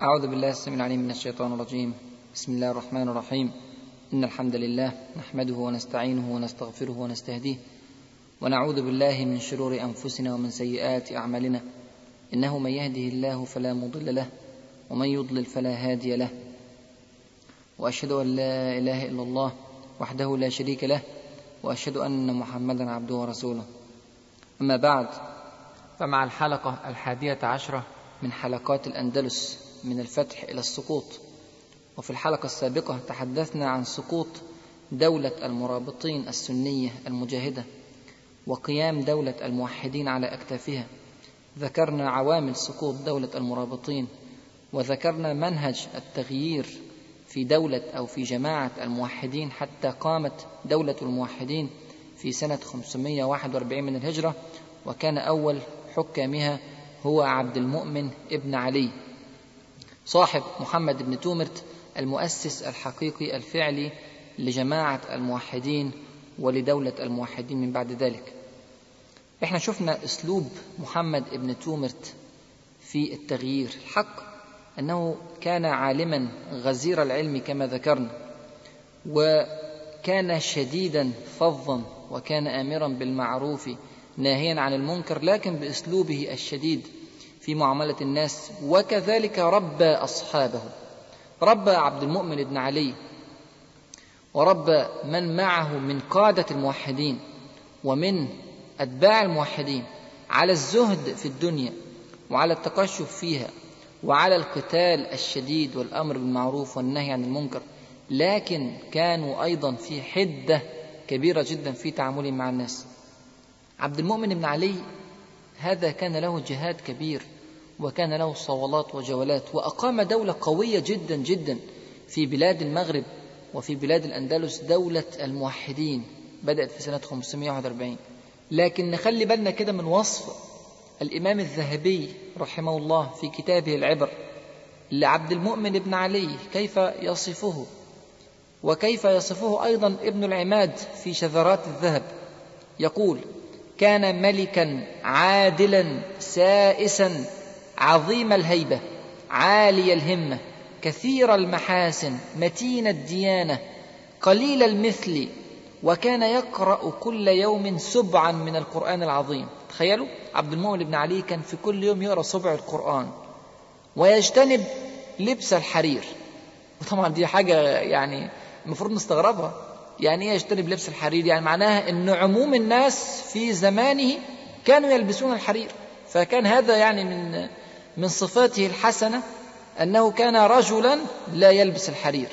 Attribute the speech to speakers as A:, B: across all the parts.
A: أعوذ بالله السميع العليم من الشيطان الرجيم. بسم الله الرحمن الرحيم. إن الحمد لله نحمده ونستعينه ونستغفره ونستهديه، ونعوذ بالله من شرور أنفسنا ومن سيئات أعمالنا، إنه من يهده الله فلا مضل له ومن يضلل فلا هادي له، وأشهد أن لا إله إلا الله وحده لا شريك له، وأشهد أن محمدا عبده ورسوله. أما بعد، فمع الحلقة 11 من حلقات الأندلس من الفتح إلى السقوط. وفي الحلقة السابقة تحدثنا عن سقوط دولة المرابطين السنية المجاهدة وقيام دولة الموحدين على أكتافها. ذكرنا عوامل سقوط دولة المرابطين، وذكرنا منهج التغيير في دولة أو في جماعة الموحدين حتى قامت دولة الموحدين في سنة 541 من الهجرة، وكان أول حكامها هو عبد المؤمن ابن علي صاحب محمد بن تومرت، المؤسس الحقيقي الفعلي لجماعة الموحدين ولدولة الموحدين من بعد ذلك. احنا شفنا اسلوب محمد بن تومرت في التغيير. الحق انه كان عالما غزير العلم كما ذكرنا، وكان شديدا فظا، وكان آمرا بالمعروف ناهيا عن المنكر، لكن باسلوبه الشديد في معاملة الناس. وكذلك ربى أصحابه، ربى عبد المؤمن بن علي وربى من معه من قادة الموحدين ومن أتباع الموحدين على الزهد في الدنيا وعلى التقشف فيها وعلى القتال الشديد والأمر بالمعروف والنهي عن المنكر، لكن كانوا أيضا في حدة كبيرة جدا في تعاملهم مع الناس. عبد المؤمن بن علي هذا كان له جهاد كبير، وكان له صولات وجولات، وأقام دولة قوية جدا جدا في بلاد المغرب وفي بلاد الأندلس، دولة الموحدين بدأت في سنة 541. لكن نخلي بالنا كده من وصف الإمام الذهبي رحمه الله في كتابه العبر لعبد المؤمن بن علي، كيف يصفه، وكيف يصفه أيضا ابن العماد في شذرات الذهب. يقول: كان ملكا عادلا سائسا عظيم الهيبة عالي الهمة كثير المحاسن متين الديانة قليل المثل، وكان يقرأ كل يوم سبعا من القرآن العظيم. تخيلوا، عبد المؤمن بن علي كان في كل يوم يقرأ سبع القرآن، ويجتنب لبس الحرير. وطبعا دي حاجة يعني المفروض نستغربها. يعني ايه يجتنب لبس الحرير؟ يعني معناها ان عموم الناس في زمانه كانوا يلبسون الحرير، فكان هذا يعني من صفاته الحسنة أنه كان رجلا لا يلبس الحرير.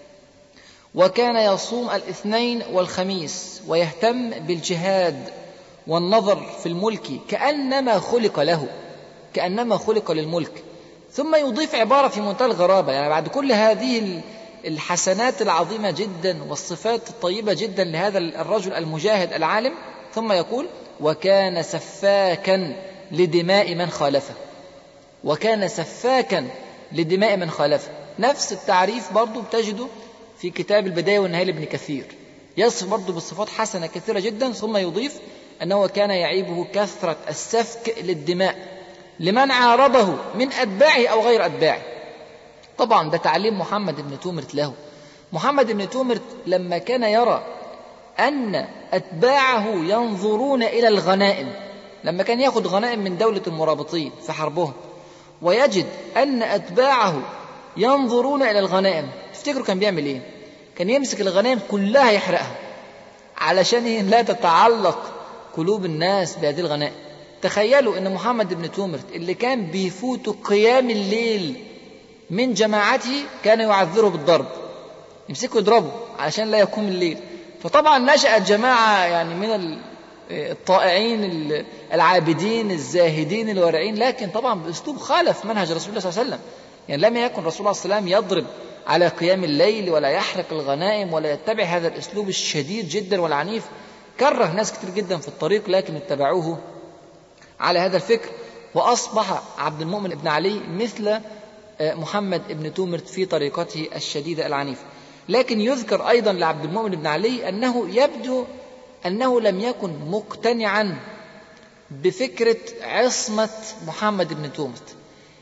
A: وكان يصوم الاثنين والخميس، ويهتم بالجهاد والنظر في الملك كأنما خلق له، كأنما خلق للملك. ثم يضيف عبارة في منتهى الغرابة، يعني بعد كل هذه الحسنات العظيمة جدا والصفات الطيبة جدا لهذا الرجل المجاهد العالم، ثم يقول: وكان سفاكا لدماء من خالفه. وكان سفاكا لدماء من خالفه. نفس التعريف برضو بتجده في كتاب البداية والنهاية لابن كثير، يصف برضو بالصفات حسنة كثيرة جدا، ثم يضيف أنه كان يعيبه كثرة السفك للدماء لمن عارضه من أتباعه أو غير أتباعه. طبعا ده تعليم محمد بن تومرت له. محمد بن تومرت لما كان يرى أن أتباعه ينظرون إلى الغنائم، لما كان يأخذ غنائم من دولة المرابطين في حربهم، ويجد أن أتباعه ينظرون إلى الغنائم، تفتكروا كان بيعمل إيه؟ كان يمسك الغنائم كلها يحرقها علشان لا تتعلق قلوب الناس بهذه الغنائم. تخيلوا أن محمد بن تومرت اللي كان بيفوت قيام الليل من جماعته كان يعذره بالضرب، يمسكوا يضربوا علشان لا يقوم الليل. فطبعا نشأت جماعة يعني من الطائعين العابدين الزاهدين الورعين، لكن طبعا بأسلوب خالف منهج رسول الله صلى الله عليه وسلم. يعني لم يكن رسول الله صلى الله عليه وسلم يضرب على قيام الليل ولا يحرق الغنائم ولا يتبع هذا الأسلوب الشديد جدا والعنيف. كره ناس كتير جدا في الطريق، لكن اتبعوه على هذا الفكر، وأصبح عبد المؤمن بن علي مثل محمد بن تومرت في طريقته الشديدة العنيفة. لكن يذكر أيضا لعبد المؤمن بن علي أنه يبدو أنه لم يكن مقتنعا بفكرة عصمة محمد بن تومرت.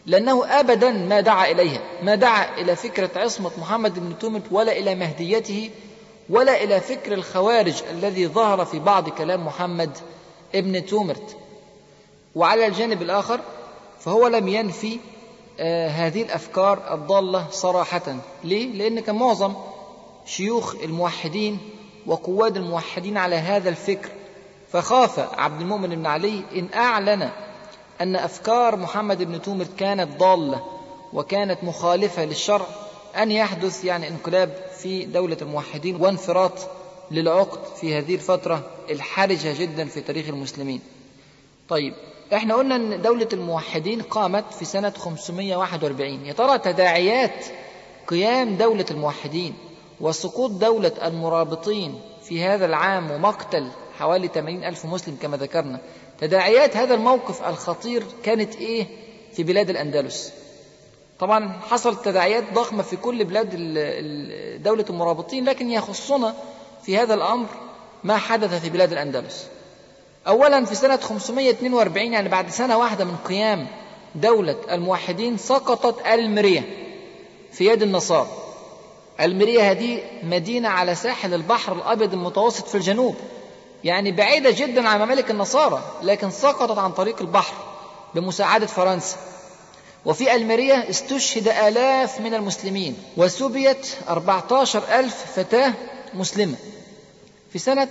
A: لأنه أبدا ما دعا إليها، ما دعا إلى فكرة عصمة محمد بن تومرت ولا إلى مهديته ولا إلى فكر الخوارج الذي ظهر في بعض كلام محمد ابن تومرت. وعلى الجانب الآخر فهو لم ينفي هذه الأفكار الضالة صراحة. ليه؟ لأن كان معظم شيوخ الموحدين وقواد الموحدين على هذا الفكر، فخاف عبد المؤمن بن علي إن أعلن أن أفكار محمد بن تومرت كانت ضالة وكانت مخالفة للشرع أن يحدث انقلاب في دولة الموحدين وانفراط للعقد في هذه الفترة الحرجة جدا في تاريخ المسلمين. طيب، احنا قلنا أن دولة الموحدين قامت في سنة 541. يا ترى تداعيات قيام دولة الموحدين وسقوط دولة المرابطين في هذا العام ومقتل حوالي 80,000 مسلم كما ذكرنا، تداعيات هذا الموقف الخطير كانت إيه في بلاد الأندلس؟ طبعا حصلت تداعيات ضخمة في كل بلاد دولة المرابطين، لكن يخصنا في هذا الأمر ما حدث في بلاد الأندلس. أولا في سنة 542 بعد سنة واحدة من قيام دولة الموحدين سقطت المرية في يد النصارى. المرية هذه مدينة على ساحل البحر الأبيض المتوسط في الجنوب، بعيدة جدا عن ممالك النصارى، لكن سقطت عن طريق البحر بمساعدة فرنسا. وفي المرية استشهد آلاف من المسلمين وسبيت 14,000 فتاة مسلمة. في سنة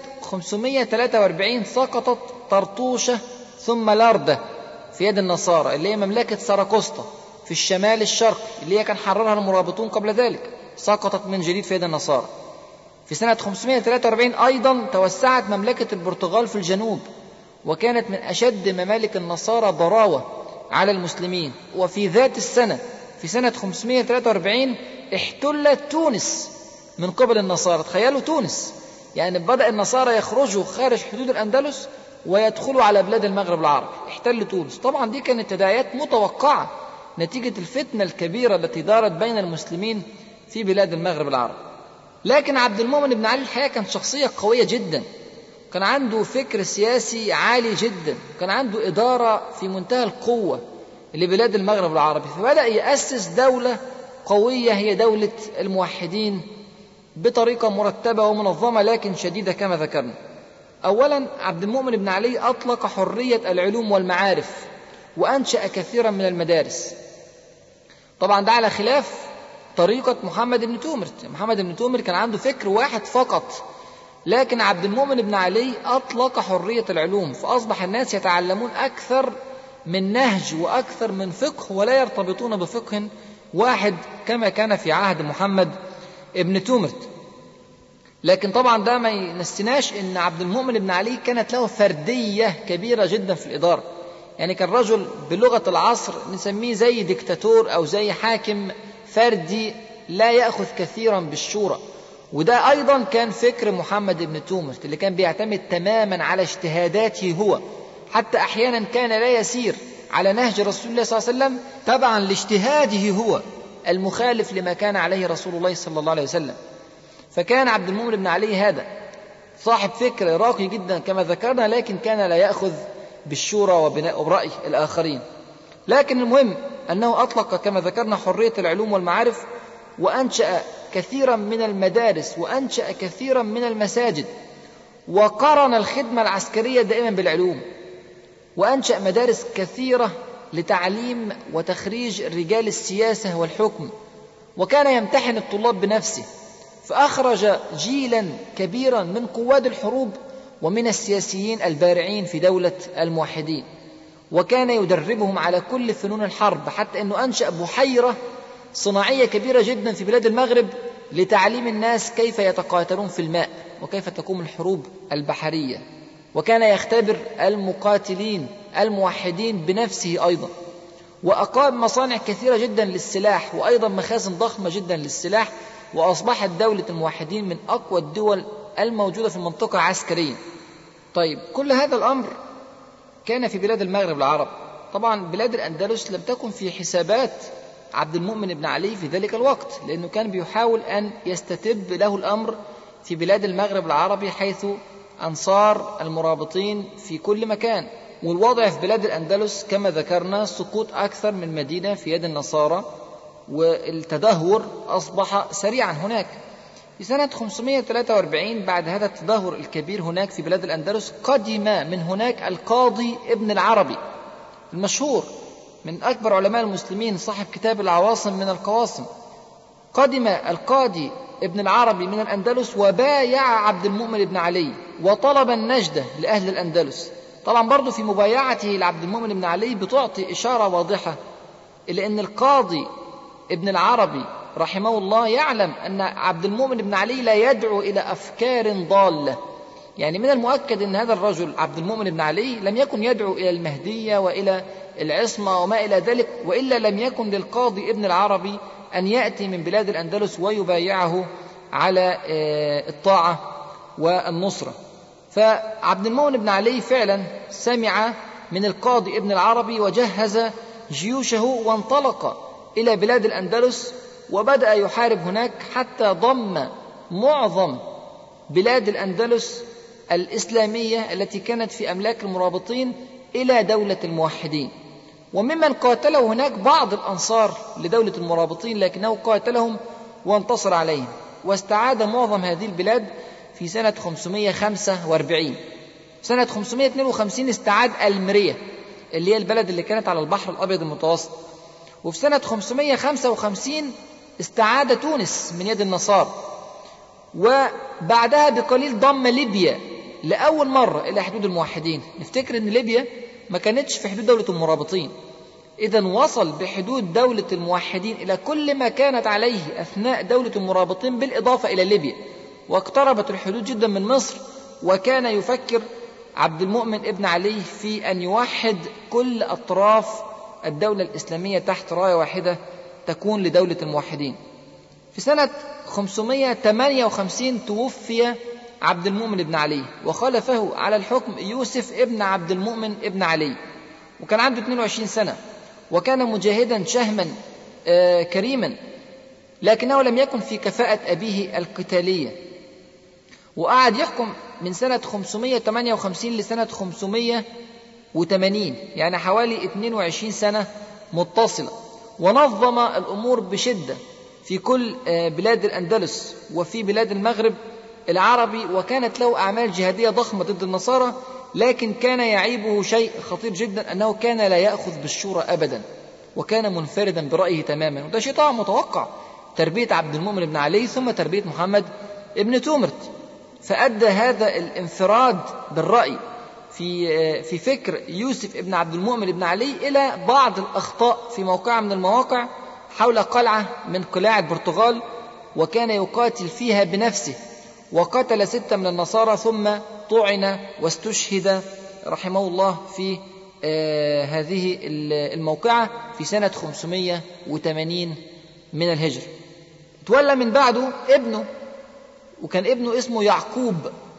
A: 543 سقطت طرطوشة ثم لاردة في يد النصارى اللي هي مملكة ساراكوستا في الشمال الشرقي اللي هي كان حررها المرابطون قبل ذلك، سقطت من جديد في يد النصارى. في سنة 543 أيضا توسعت مملكة البرتغال في الجنوب وكانت من أشد ممالك النصارى ضراوة على المسلمين. وفي ذات السنة في سنة 543 احتلت تونس من قبل النصارى. تخيلوا تونس، بدأ النصارى يخرجوا خارج حدود الأندلس ويدخلوا على بلاد المغرب العربي، احتلوا تونس. طبعا دي كانت تداعيات متوقعة نتيجة الفتنة الكبيرة التي دارت بين المسلمين في بلاد المغرب العربي. لكن عبد المؤمن بن علي الحقيقة كان شخصية قوية جدا، كان عنده فكر سياسي عالي جدا، كان عنده إدارة في منتهى القوة لبلاد المغرب العربي، فبدأ يأسس دولة قوية هي دولة الموحدين بطريقة مرتبة ومنظمة لكن شديدة كما ذكرنا. أولا عبد المؤمن بن علي أطلق حرية العلوم والمعارف وأنشأ كثيرا من المدارس. طبعا ده على خلاف طريقة محمد بن تومرت. محمد بن تومرت كان عنده فكر واحد فقط، لكن عبد المؤمن بن علي أطلق حرية العلوم، فأصبح الناس يتعلمون أكثر من نهج وأكثر من فقه ولا يرتبطون بفقه واحد كما كان في عهد محمد ابن تومرت. لكن طبعا ده ما ينسيناش ان عبد المؤمن بن علي كانت له فردية كبيرة جدا في الإدارة. كان رجل بلغة العصر نسميه زي ديكتاتور أو زي حاكم فردي لا يأخذ كثيرا بالشورى. وده أيضا كان فكر محمد بن تومرت اللي كان بيعتمد تماما على اجتهاداته هو، حتى أحيانا كان لا يسير على نهج رسول الله صلى الله عليه وسلم تبعا لاجتهاده هو المخالف لما كان عليه رسول الله صلى الله عليه وسلم. فكان عبد المؤمن بن علي هذا صاحب فكر راقي جدا كما ذكرنا، لكن كان لا يأخذ بالشورى وبرأي الآخرين. لكن المهم أنه أطلق كما ذكرنا حرية العلوم والمعارف وأنشأ كثيرا من المدارس وأنشأ كثيرا من المساجد، وقرن الخدمة العسكرية دائما بالعلوم، وأنشأ مدارس كثيرة لتعليم وتخريج رجال السياسة والحكم، وكان يمتحن الطلاب بنفسه، فأخرج جيلا كبيرا من قواد الحروب ومن السياسيين البارعين في دولة الموحدين، وكان يدربهم على كل فنون الحرب، حتى أنه أنشأ بحيرة صناعية كبيرة جدا في بلاد المغرب لتعليم الناس كيف يتقاتلون في الماء وكيف تقوم الحروب البحرية، وكان يختبر المقاتلين الموحدين بنفسه أيضا، وأقام مصانع كثيرة جدا للسلاح وأيضا مخازن ضخمة جدا للسلاح، وأصبحت دولة الموحدين من أقوى الدول الموجودة في المنطقة عسكريا. طيب، كل هذا الأمر كان في بلاد المغرب العرب. طبعا بلاد الأندلس لم تكن في حسابات عبد المؤمن بن علي في ذلك الوقت، لأنه كان بيحاول أن يستتب له الأمر في بلاد المغرب العربي، حيث أنصار المرابطين في كل مكان، والوضع في بلاد الأندلس كما ذكرنا سقوط أكثر من مدينة في يد النصارى، والتدهور أصبح سريعا هناك. في سنة 543 بعد هذا التدهور الكبير هناك في بلاد الأندلس قدم من هناك القاضي ابن العربي المشهور من أكبر علماء المسلمين صاحب كتاب العواصم من القواصم. قدم القاضي ابن العربي من الأندلس وبايع عبد المؤمن بن علي وطلب النجدة لأهل الأندلس. طبعا برضو في مبايعته لعبد المؤمن بن علي بتعطي إشارة واضحة إلى أن القاضي ابن العربي رحمه الله يعلم أن عبد المؤمن بن علي لا يدعو إلى أفكار ضالة. يعني من المؤكد أن هذا الرجل عبد المؤمن بن علي لم يكن يدعو إلى المهدية وإلى العصمة وما إلى ذلك، وإلا لم يكن للقاضي ابن العربي أن يأتي من بلاد الأندلس ويبايعه على الطاعة والنصرة. فعبد المؤمن بن علي فعلا سمع من القاضي ابن العربي وجهز جيوشه وانطلق إلى بلاد الأندلس وبدأ يحارب هناك حتى ضم معظم بلاد الأندلس الإسلامية التي كانت في أملاك المرابطين إلى دولة الموحدين. وممن قاتله هناك بعض الأنصار لدولة المرابطين، لكنه قاتلهم وانتصر عليهم واستعاد معظم هذه البلاد في سنة 545. سنة 552 استعاد المرية اللي هي البلد اللي كانت على البحر الأبيض المتوسط. وفي سنة 555 استعاد تونس من يد النصارى، وبعدها بقليل ضم ليبيا لأول مرة إلى حدود الموحدين. نفتكر أن ليبيا ما كانتش في حدود دولة المرابطين، إذن وصل بحدود دولة الموحدين إلى كل ما كانت عليه أثناء دولة المرابطين بالإضافة إلى ليبيا، واقتربت الحدود جدا من مصر. وكان يفكر عبد المؤمن ابن علي في أن يوحد كل أطراف الدولة الإسلامية تحت راية واحدة تكون لدولة الموحدين. في سنة 558 توفي عبد المؤمن بن علي وخلفه على الحكم يوسف ابن عبد المؤمن ابن علي، وكان عنده 22 سنة، وكان مجاهدا شهما كريما، لكنه لم يكن في كفاءة أبيه القتالية. وقعد يحكم من سنة 558 لسنة 580، يعني حوالي 22 سنة متصلة، ونظم الأمور بشدة في كل بلاد الأندلس وفي بلاد المغرب العربي، وكانت له أعمال جهادية ضخمة ضد النصارى. لكن كان يعيبه شيء خطير جدا، أنه كان لا يأخذ بالشورى أبدا، وكان منفردا برأيه تماما. وده شيء طبعا متوقع، تربية عبد المؤمن بن علي ثم تربية محمد ابن تومرت. فأدى هذا الانفراد بالرأي في فكر يوسف ابن عبد المؤمن بن علي إلى بعض الأخطاء في موقع من المواقع حول قلعة من قلاع البرتغال، وكان يقاتل فيها بنفسه، وقتل 6 من النصارى ثم طعن واستشهد رحمه الله في هذه الموقعة في سنة 580 من الهجرة. تولى من بعده ابنه، وكان ابنه اسمه يعقوب،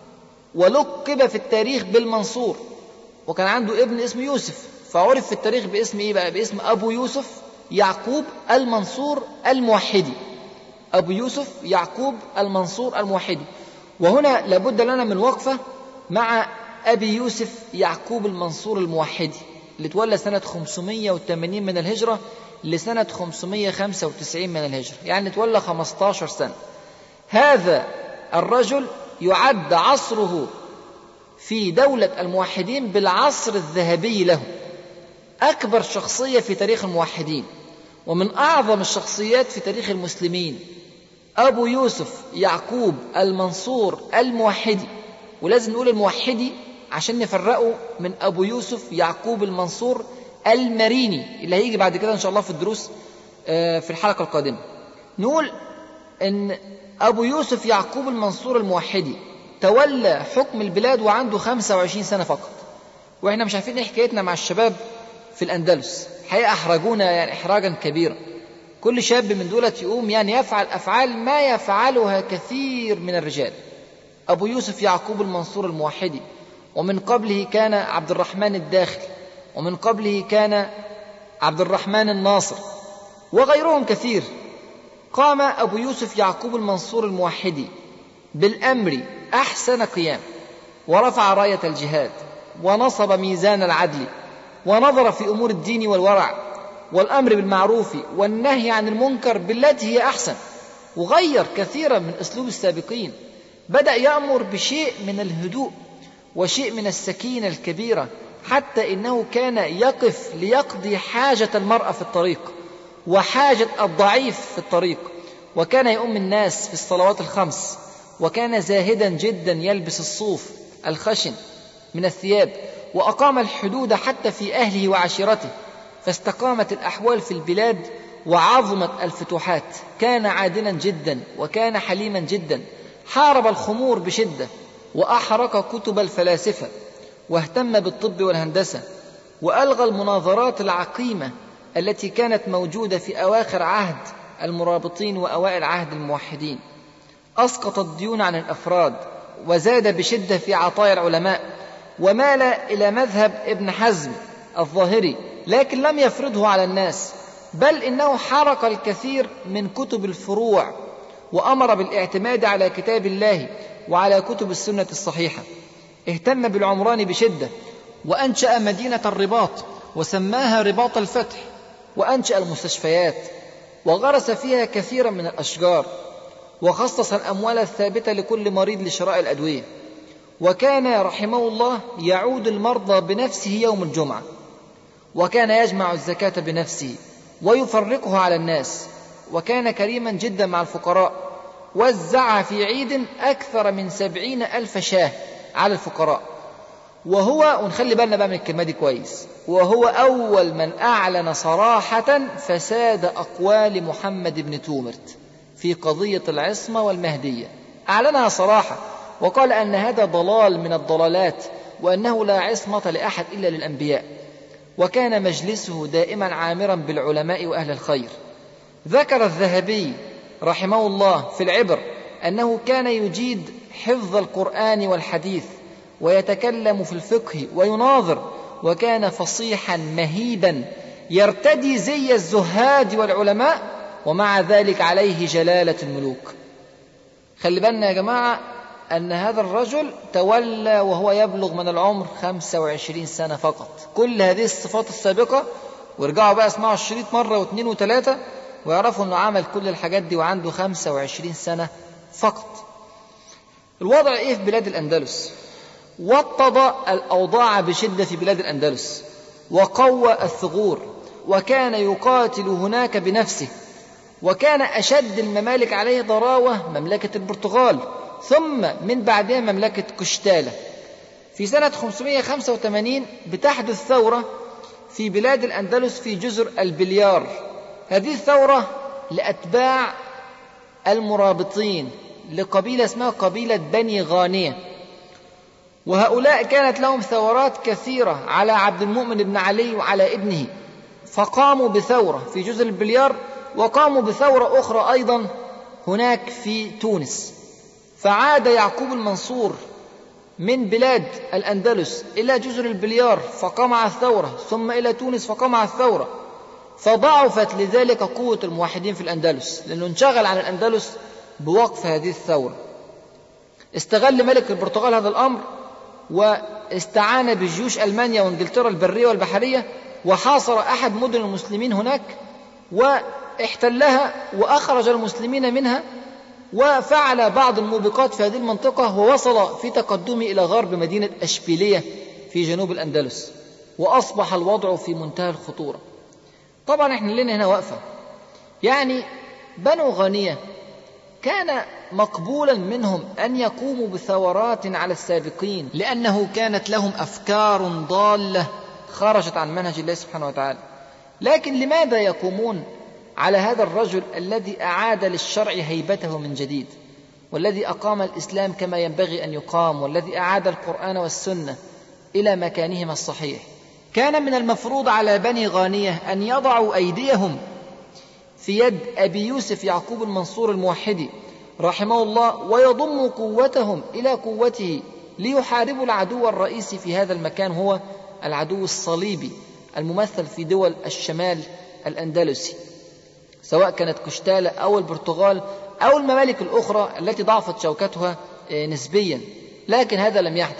A: ولقب في التاريخ بالمنصور. وكان عنده ابن اسمه يوسف، فعرف في التاريخ باسم ايه بقى؟ باسم ابو يوسف يعقوب المنصور الموحدي. ابو يوسف يعقوب المنصور الموحدي. وهنا لابد لنا من وقفة مع ابي يوسف يعقوب المنصور الموحدي اللي تولى سنة 580 من الهجرة لسنة 595 من الهجرة، يعني تولى 15 سنة. هذا الرجل يعد عصره في دولة الموحدين بالعصر الذهبي له، أكبر شخصية في تاريخ الموحدين ومن أعظم الشخصيات في تاريخ المسلمين، أبو يوسف يعقوب المنصور الموحدي. ولازم نقول الموحدي عشان نفرقه من أبو يوسف يعقوب المنصور المريني اللي هيجي بعد كده إن شاء الله في الدروس في الحلقة القادمة. نقول إن أبو يوسف يعقوب المنصور الموحدي تولى حكم البلاد وعنده 25 سنة فقط. وإحنا مش عارفين إيه حكايتنا مع الشباب في الأندلس، حقيقة أحرجونا يعني إحراجا كبيرا. كل شاب من دولة يقوم يعني يفعل أفعال ما يفعلها كثير من الرجال. أبو يوسف يعقوب المنصور الموحدي، ومن قبله كان عبد الرحمن الداخل، ومن قبله كان عبد الرحمن الناصر، وغيرهم كثير. قام أبو يوسف يعقوب المنصور الموحدي بالأمر أحسن قيام، ورفع راية الجهاد ونصب ميزان العدل، ونظر في أمور الدين والورع والأمر بالمعروف والنهي عن المنكر بالتي هي أحسن، وغير كثيرا من أسلوب السابقين. بدأ يأمر بشيء من الهدوء وشيء من السكينة الكبيرة، حتى إنه كان يقف ليقضي حاجة المرأة في الطريق وحاجة الضعيف في الطريق، وكان يؤم الناس في الصلوات الخمس، وكان زاهدا جدا يلبس الصوف الخشن من الثياب، وأقام الحدود حتى في أهله وعشيرته، فاستقامت الأحوال في البلاد وعظمت الفتوحات. كان عادلا جدا وكان حليما جدا، حارب الخمور بشدة، وأحرق كتب الفلاسفة، واهتم بالطب والهندسة، وألغى المناظرات العقيمة التي كانت موجودة في أواخر عهد المرابطين وأوائل عهد الموحدين. أسقط الديون عن الأفراد، وزاد بشدة في عطايا العلماء، ومال إلى مذهب ابن حزم الظاهري، لكن لم يفرضه على الناس، بل إنه حرق الكثير من كتب الفروع، وأمر بالاعتماد على كتاب الله وعلى كتب السنة الصحيحة. اهتم بالعمران بشدة، وأنشأ مدينة الرباط وسماها رباط الفتح، وأنشأ المستشفيات وغرس فيها كثيرا من الأشجار، وخصص الأموال الثابتة لكل مريض لشراء الأدوية. وكان رحمه الله يعود المرضى بنفسه يوم الجمعة، وكان يجمع الزكاة بنفسه ويفرقها على الناس، وكان كريما جدا مع الفقراء، وزع في عيد أكثر من 70,000 شاه على الفقراء. وهو، ونخلي بالنا بقى من الكلمة دي كويس، وهو أول من أعلن صراحة فساد أقوال محمد بن تومرت في قضية العصمة والمهدية. أعلنها صراحة، وقال أن هذا ضلال من الضلالات، وأنه لا عصمة لأحد إلا للأنبياء. وكان مجلسه دائما عامرا بالعلماء وأهل الخير. ذكر الذهبي رحمه الله في العبر أنه كان يجيد حفظ القرآن والحديث، ويتكلم في الفقه ويناظر، وكان فصيحا مهيبا يرتدي زي الزهاد والعلماء، ومع ذلك عليه جلالة الملوك. خلي بالنا يا جماعة أن هذا الرجل تولى وهو يبلغ من العمر 25 سنة فقط. كل هذه الصفات السابقة، وارجعوا بقى اسمعوا الشريط مرة واثنين وثلاثة ويعرفوا أنه عمل كل الحاجات دي وعنده 25 سنة فقط. الوضع إيه في بلاد الأندلس؟ وطد الأوضاع بشدة في بلاد الأندلس، وقوى الثغور، وكان يقاتل هناك بنفسه. وكان أشد الممالك عليه ضراوة مملكة البرتغال، ثم من بعدها مملكة قشتالة. في سنة 585 بتحدث ثورة في بلاد الأندلس في جزر البليار. هذه الثورة لأتباع المرابطين لقبيلة اسمها قبيلة بني غانية، وهؤلاء كانت لهم ثورات كثيرة على عبد المؤمن بن علي وعلى ابنه، فقاموا بثورة في جزر البليار، وقاموا بثورة أخرى أيضا هناك في تونس. فعاد يعقوب المنصور من بلاد الأندلس إلى جزر البليار فقام الثورة، ثم إلى تونس فقام الثورة، فضعفت لذلك قوة الموحدين في الأندلس، لأنه انشغل عن الأندلس بوقف هذه الثورة. استغل ملك البرتغال هذا الأمر، واستعان بجيوش ألمانيا وإنجلترا البرية والبحرية، وحاصر أحد مدن المسلمين هناك واحتلها وأخرج المسلمين منها، وفعل بعض الموبقات في هذه المنطقة، ووصل في تقدمه إلى غرب مدينة أشبيلية في جنوب الأندلس، وأصبح الوضع في منتهى الخطورة. طبعا احنا لنا هنا وقفة، يعني بنو غانية كان مقبولا منهم أن يقوموا بثورات على السابقين، لأنه كانت لهم أفكار ضالة خرجت عن منهج الله سبحانه وتعالى. لكن لماذا يقومون على هذا الرجل الذي أعاد للشرع هيبته من جديد، والذي أقام الإسلام كما ينبغي أن يقام، والذي أعاد القرآن والسنة إلى مكانهما الصحيح؟ كان من المفروض على بني غانية أن يضعوا أيديهم في يد أبي يوسف يعقوب المنصور الموحدي رحمه الله، ويضموا قوتهم إلى قوته ليحاربوا العدو الرئيسي في هذا المكان، هو العدو الصليبي الممثل في دول الشمال الأندلسي، سواء كانت قشتالة أو البرتغال أو الممالك الأخرى التي ضعفت شوكتها نسبيا. لكن هذا لم يحدث،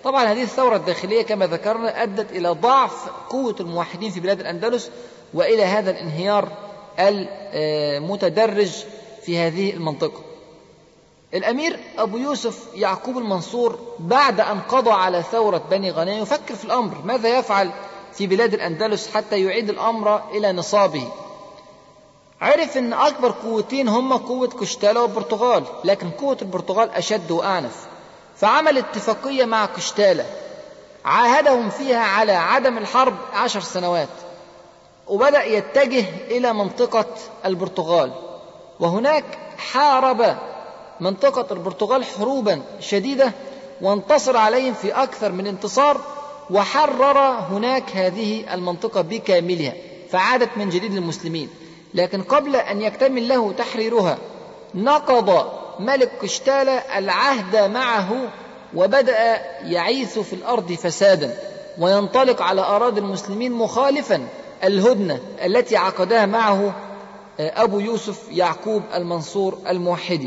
A: طبعا هذه الثورة الداخلية كما ذكرنا أدت إلى ضعف قوة الموحدين في بلاد الأندلس وإلى هذا الانهيار المتدرج في هذه المنطقة. الأمير أبو يوسف يعقوب المنصور بعد أن قضى على ثورة بني غنيم يفكر في الأمر ماذا يفعل في بلاد الأندلس حتى يعيد الأمر إلى نصابه. عرف أن أكبر قوتين هم قوة قشتالة والبرتغال، لكن قوة البرتغال أشد وأعنف، فعمل اتفاقية مع قشتالة عاهدهم فيها على عدم الحرب 10 سنوات، وبدأ يتجه إلى منطقة البرتغال، وهناك حارب منطقة البرتغال حروبا شديدة وانتصر عليهم في أكثر من انتصار، وحرر هناك هذه المنطقة بكاملها فعادت من جديد للمسلمين. لكن قبل أن يكتمل له تحريرها نقض ملك قشتالة العهد معه وبدأ يعيث في الأرض فسادا وينطلق على أراضي المسلمين مخالفا الهدنة التي عقدها معه أبو يوسف يعقوب المنصور الموحدي.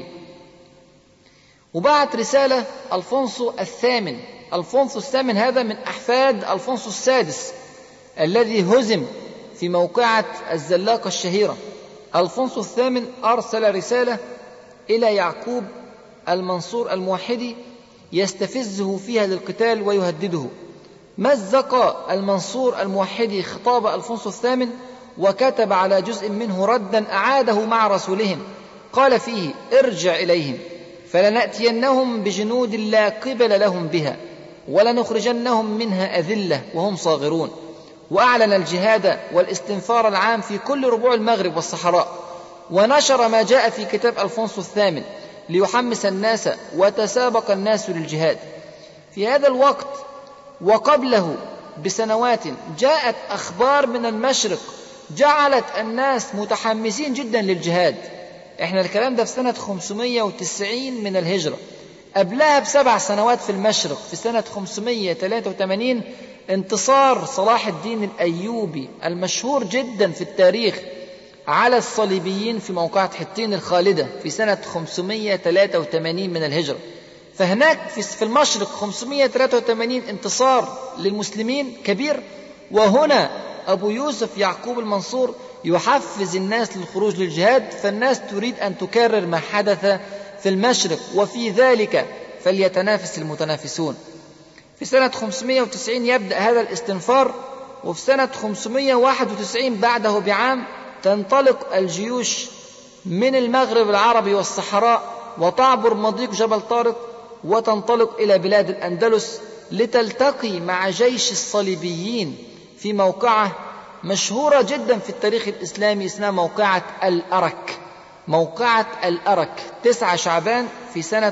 A: وبعت رسالة ألفونسو الثامن. ألفونسو الثامن هذا من أحفاد ألفونسو السادس الذي هزم في موقعة الزلاقة الشهيرة. ألفونسو الثامن أرسل رسالة إلى يعقوب المنصور الموحدي يستفزه فيها للقتال ويهدده. مزق المنصور الموحدي خطاب ألفونسو الثامن وكتب على جزء منه ردا أعاده مع رسولهم، قال فيه: ارجع إليهم فلنأتينهم بجنود لا قبل لهم بها ولنخرجنهم منها أذلة وهم صاغرون. وأعلن الجهاد والاستنفار العام في كل ربوع المغرب والصحراء، ونشر ما جاء في كتاب ألفونسو الثامن ليحمس الناس، وتسابق الناس للجهاد. في هذا الوقت وقبله بسنوات جاءت أخبار من المشرق جعلت الناس متحمسين جدا للجهاد. احنا الكلام ده في سنة 590 من الهجرة، قبلها ب7 سنوات في المشرق في سنة 583 انتصار صلاح الدين الأيوبي المشهور جدا في التاريخ على الصليبيين في موقعة حطين الخالدة في سنة 583 من الهجرة. فهناك في المشرق 583 انتصار للمسلمين كبير، وهنا أبو يوسف يعقوب المنصور يحفز الناس للخروج للجهاد، فالناس تريد أن تكرر ما حدث في المشرق، وفي ذلك فليتنافس المتنافسون. في سنة 590 يبدأ هذا الاستنفار، وفي سنة 591 بعده بعام تنطلق الجيوش من المغرب العربي والصحراء وتعبر مضيق جبل طارق وتنطلق إلى بلاد الأندلس لتلتقي مع جيش الصليبيين في موقعة مشهورة جدا في التاريخ الإسلامي اسمها موقعة الأرك. موقعة الأرك 9 شعبان في سنة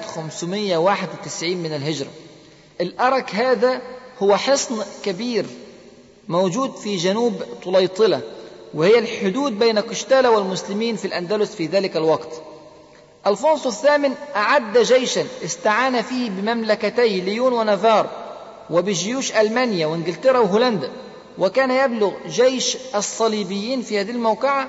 A: 591 من الهجرة. الأرك هذا هو حصن كبير موجود في جنوب طليطلة، وهي الحدود بين قشتالة والمسلمين في الأندلس في ذلك الوقت. ألفونسو الثامن أعد جيشا استعان فيه بمملكتي ليون ونافار وبجيوش ألمانيا وإنجلترا وهولندا، وكان يبلغ جيش الصليبيين في هذه الموقعة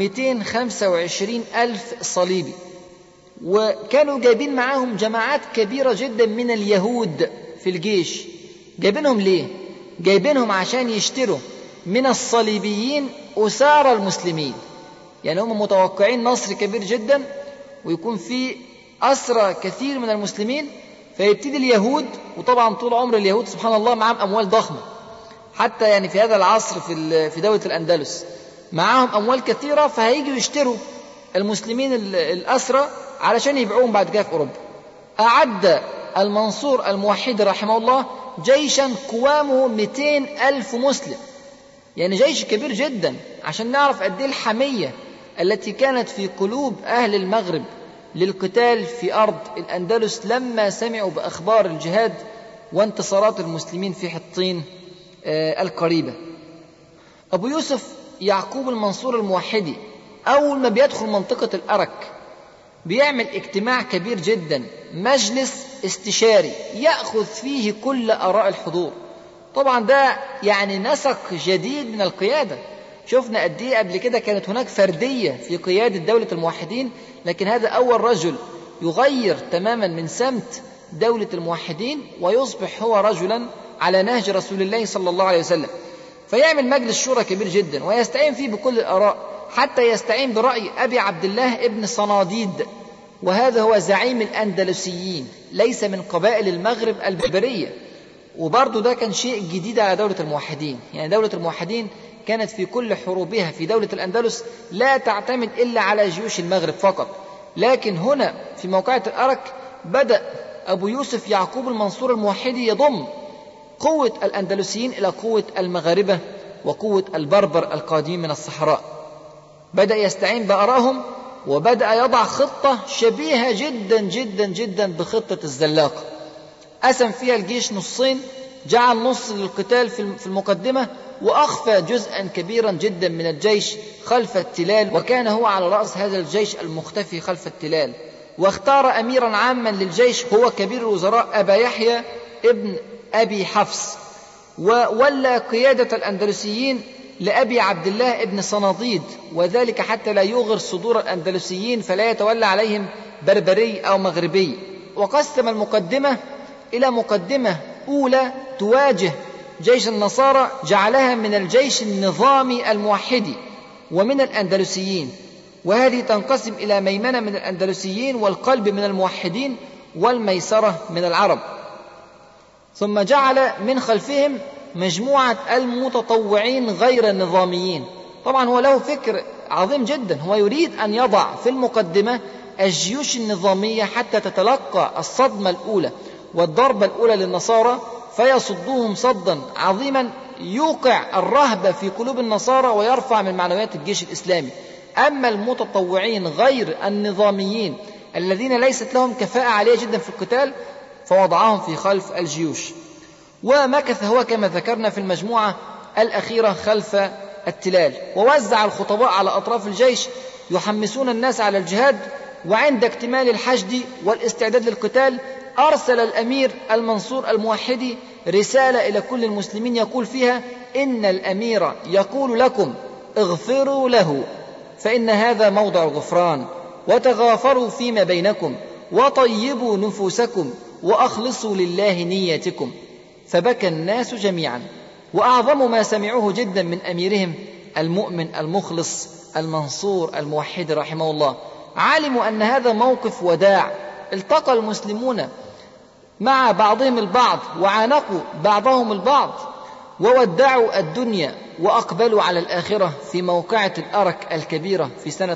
A: 225 ألف صليبي، وكانوا جايبين معهم جماعات كبيرة جدا من اليهود في الجيش. جايبينهم ليه؟ جايبينهم عشان يشتروا من الصليبيين أسار المسلمين، يعني هم متوقعين نصر كبير جدا ويكون في أسرى كثير من المسلمين، فيبتدي اليهود، وطبعا طول عمر اليهود سبحان الله معهم أموال ضخمة، حتى يعني في هذا العصر في دولة الأندلس معهم أموال كثيرة، فهيجوا يشتروا المسلمين الأسرى علشان يبيعوهم بعد كده في أوروبا. أعد المنصور الموحد رحمه الله جيشا قوامه 200 ألف مسلم، يعني جيش كبير جدا، عشان نعرف قد ايه الحمية التي كانت في قلوب أهل المغرب للقتال في أرض الأندلس لما سمعوا بأخبار الجهاد وانتصارات المسلمين في حطين القريبة. أبو يوسف يعقوب المنصور الموحدي أول ما بيدخل منطقة الأرك بيعمل اجتماع كبير جدا، مجلس استشاري يأخذ فيه كل آراء الحضور. طبعا ده يعني نسق جديد من القيادة. شفنا قد ايه قبل كده كانت هناك فردية في قيادة دولة الموحدين، لكن هذا أول رجل يغير تماما من سمت دولة الموحدين ويصبح هو رجلا على نهج رسول الله صلى الله عليه وسلم. فيعمل مجلس شورى كبير جدا ويستعين فيه بكل الآراء، حتى يستعين برأي أبي عبد الله ابن صناديد، وهذا هو زعيم الأندلسيين، ليس من قبائل المغرب البربرية. وبرضه ده كان شيء جديد على دولة الموحدين. يعني دولة الموحدين كانت في كل حروبها في دولة الأندلس لا تعتمد إلا على جيوش المغرب فقط، لكن هنا في موقعة الأرك بدأ أبو يوسف يعقوب المنصور الموحدي يضم قوة الأندلسيين إلى قوة المغاربة وقوة البربر القادمين من الصحراء. بدأ يستعين بآرائهم، وبدأ يضع خطة شبيهة جدا جدا جدا بخطة الزلاقة. قسم فيها الجيش نصين، جعل نص للقتال في المقدمة، وأخفى جزءا كبيرا جدا من الجيش خلف التلال، وكان هو على رأس هذا الجيش المختفي خلف التلال. واختار أميرا عاما للجيش هو كبير الوزراء أبا يحيى ابن أبي حفص، وولى قيادة الأندلسيين لأبي عبد الله ابن صناديد، وذلك حتى لا يغر صدور الأندلسيين فلا يتولى عليهم بربري أو مغربي. وقسم المقدمة إلى مقدمة أولى تواجه جيش النصارى، جعلها من الجيش النظامي الموحدي ومن الأندلسيين، وهذه تنقسم إلى ميمنة من الأندلسيين والقلب من الموحدين والميسرة من العرب. ثم جعل من خلفهم مجموعة المتطوعين غير النظاميين. طبعا هو له فكر عظيم جدا، هو يريد أن يضع في المقدمة الجيوش النظامية حتى تتلقى الصدمة الأولى والضربة الأولى للنصارى، فيصدوهم صدا عظيما يوقع الرهبة في قلوب النصارى ويرفع من معنويات الجيش الإسلامي. أما المتطوعين غير النظاميين الذين ليست لهم كفاءة عالية جدا في القتال فوضعهم في خلف الجيوش. ومكث هو كما ذكرنا في المجموعة الأخيرة خلف التلال، ووزع الخطباء على أطراف الجيش يحمسون الناس على الجهاد. وعند اكتمال الحشد والاستعداد للقتال أرسل الأمير المنصور الموحدي رسالة إلى كل المسلمين يقول فيها: إن الأمير يقول لكم اغفروا له فإن هذا موضع الغفران، وتغافروا فيما بينكم، وطيبوا نفوسكم، وأخلصوا لله نيتكم. فبكى الناس جميعا، وأعظم ما سمعوه جدا من أميرهم المؤمن المخلص المنصور الموحد رحمه الله. علموا أن هذا موقف وداع، التقى المسلمون مع بعضهم البعض وعانقوا بعضهم البعض وودعوا الدنيا وأقبلوا على الآخرة في موقعة الأرك الكبيرة في سنة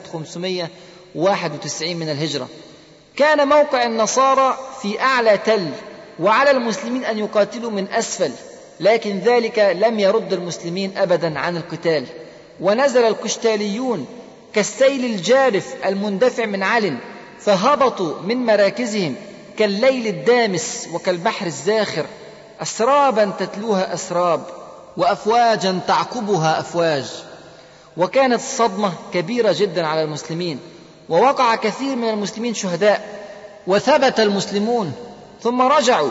A: 591 من الهجرة. كان موقع النصارى في أعلى تل، وعلى المسلمين أن يقاتلوا من أسفل، لكن ذلك لم يرد المسلمين أبدا عن القتال. ونزل القشتاليون كالسيل الجارف المندفع من علن، فهبطوا من مراكزهم كالليل الدامس وكالبحر الزاخر، أسرابا تتلوها أسراب، وأفواجا تعقبها أفواج. وكانت الصدمة كبيرة جدا على المسلمين، ووقع كثير من المسلمين شهداء، وثبت المسلمون ثم رجعوا.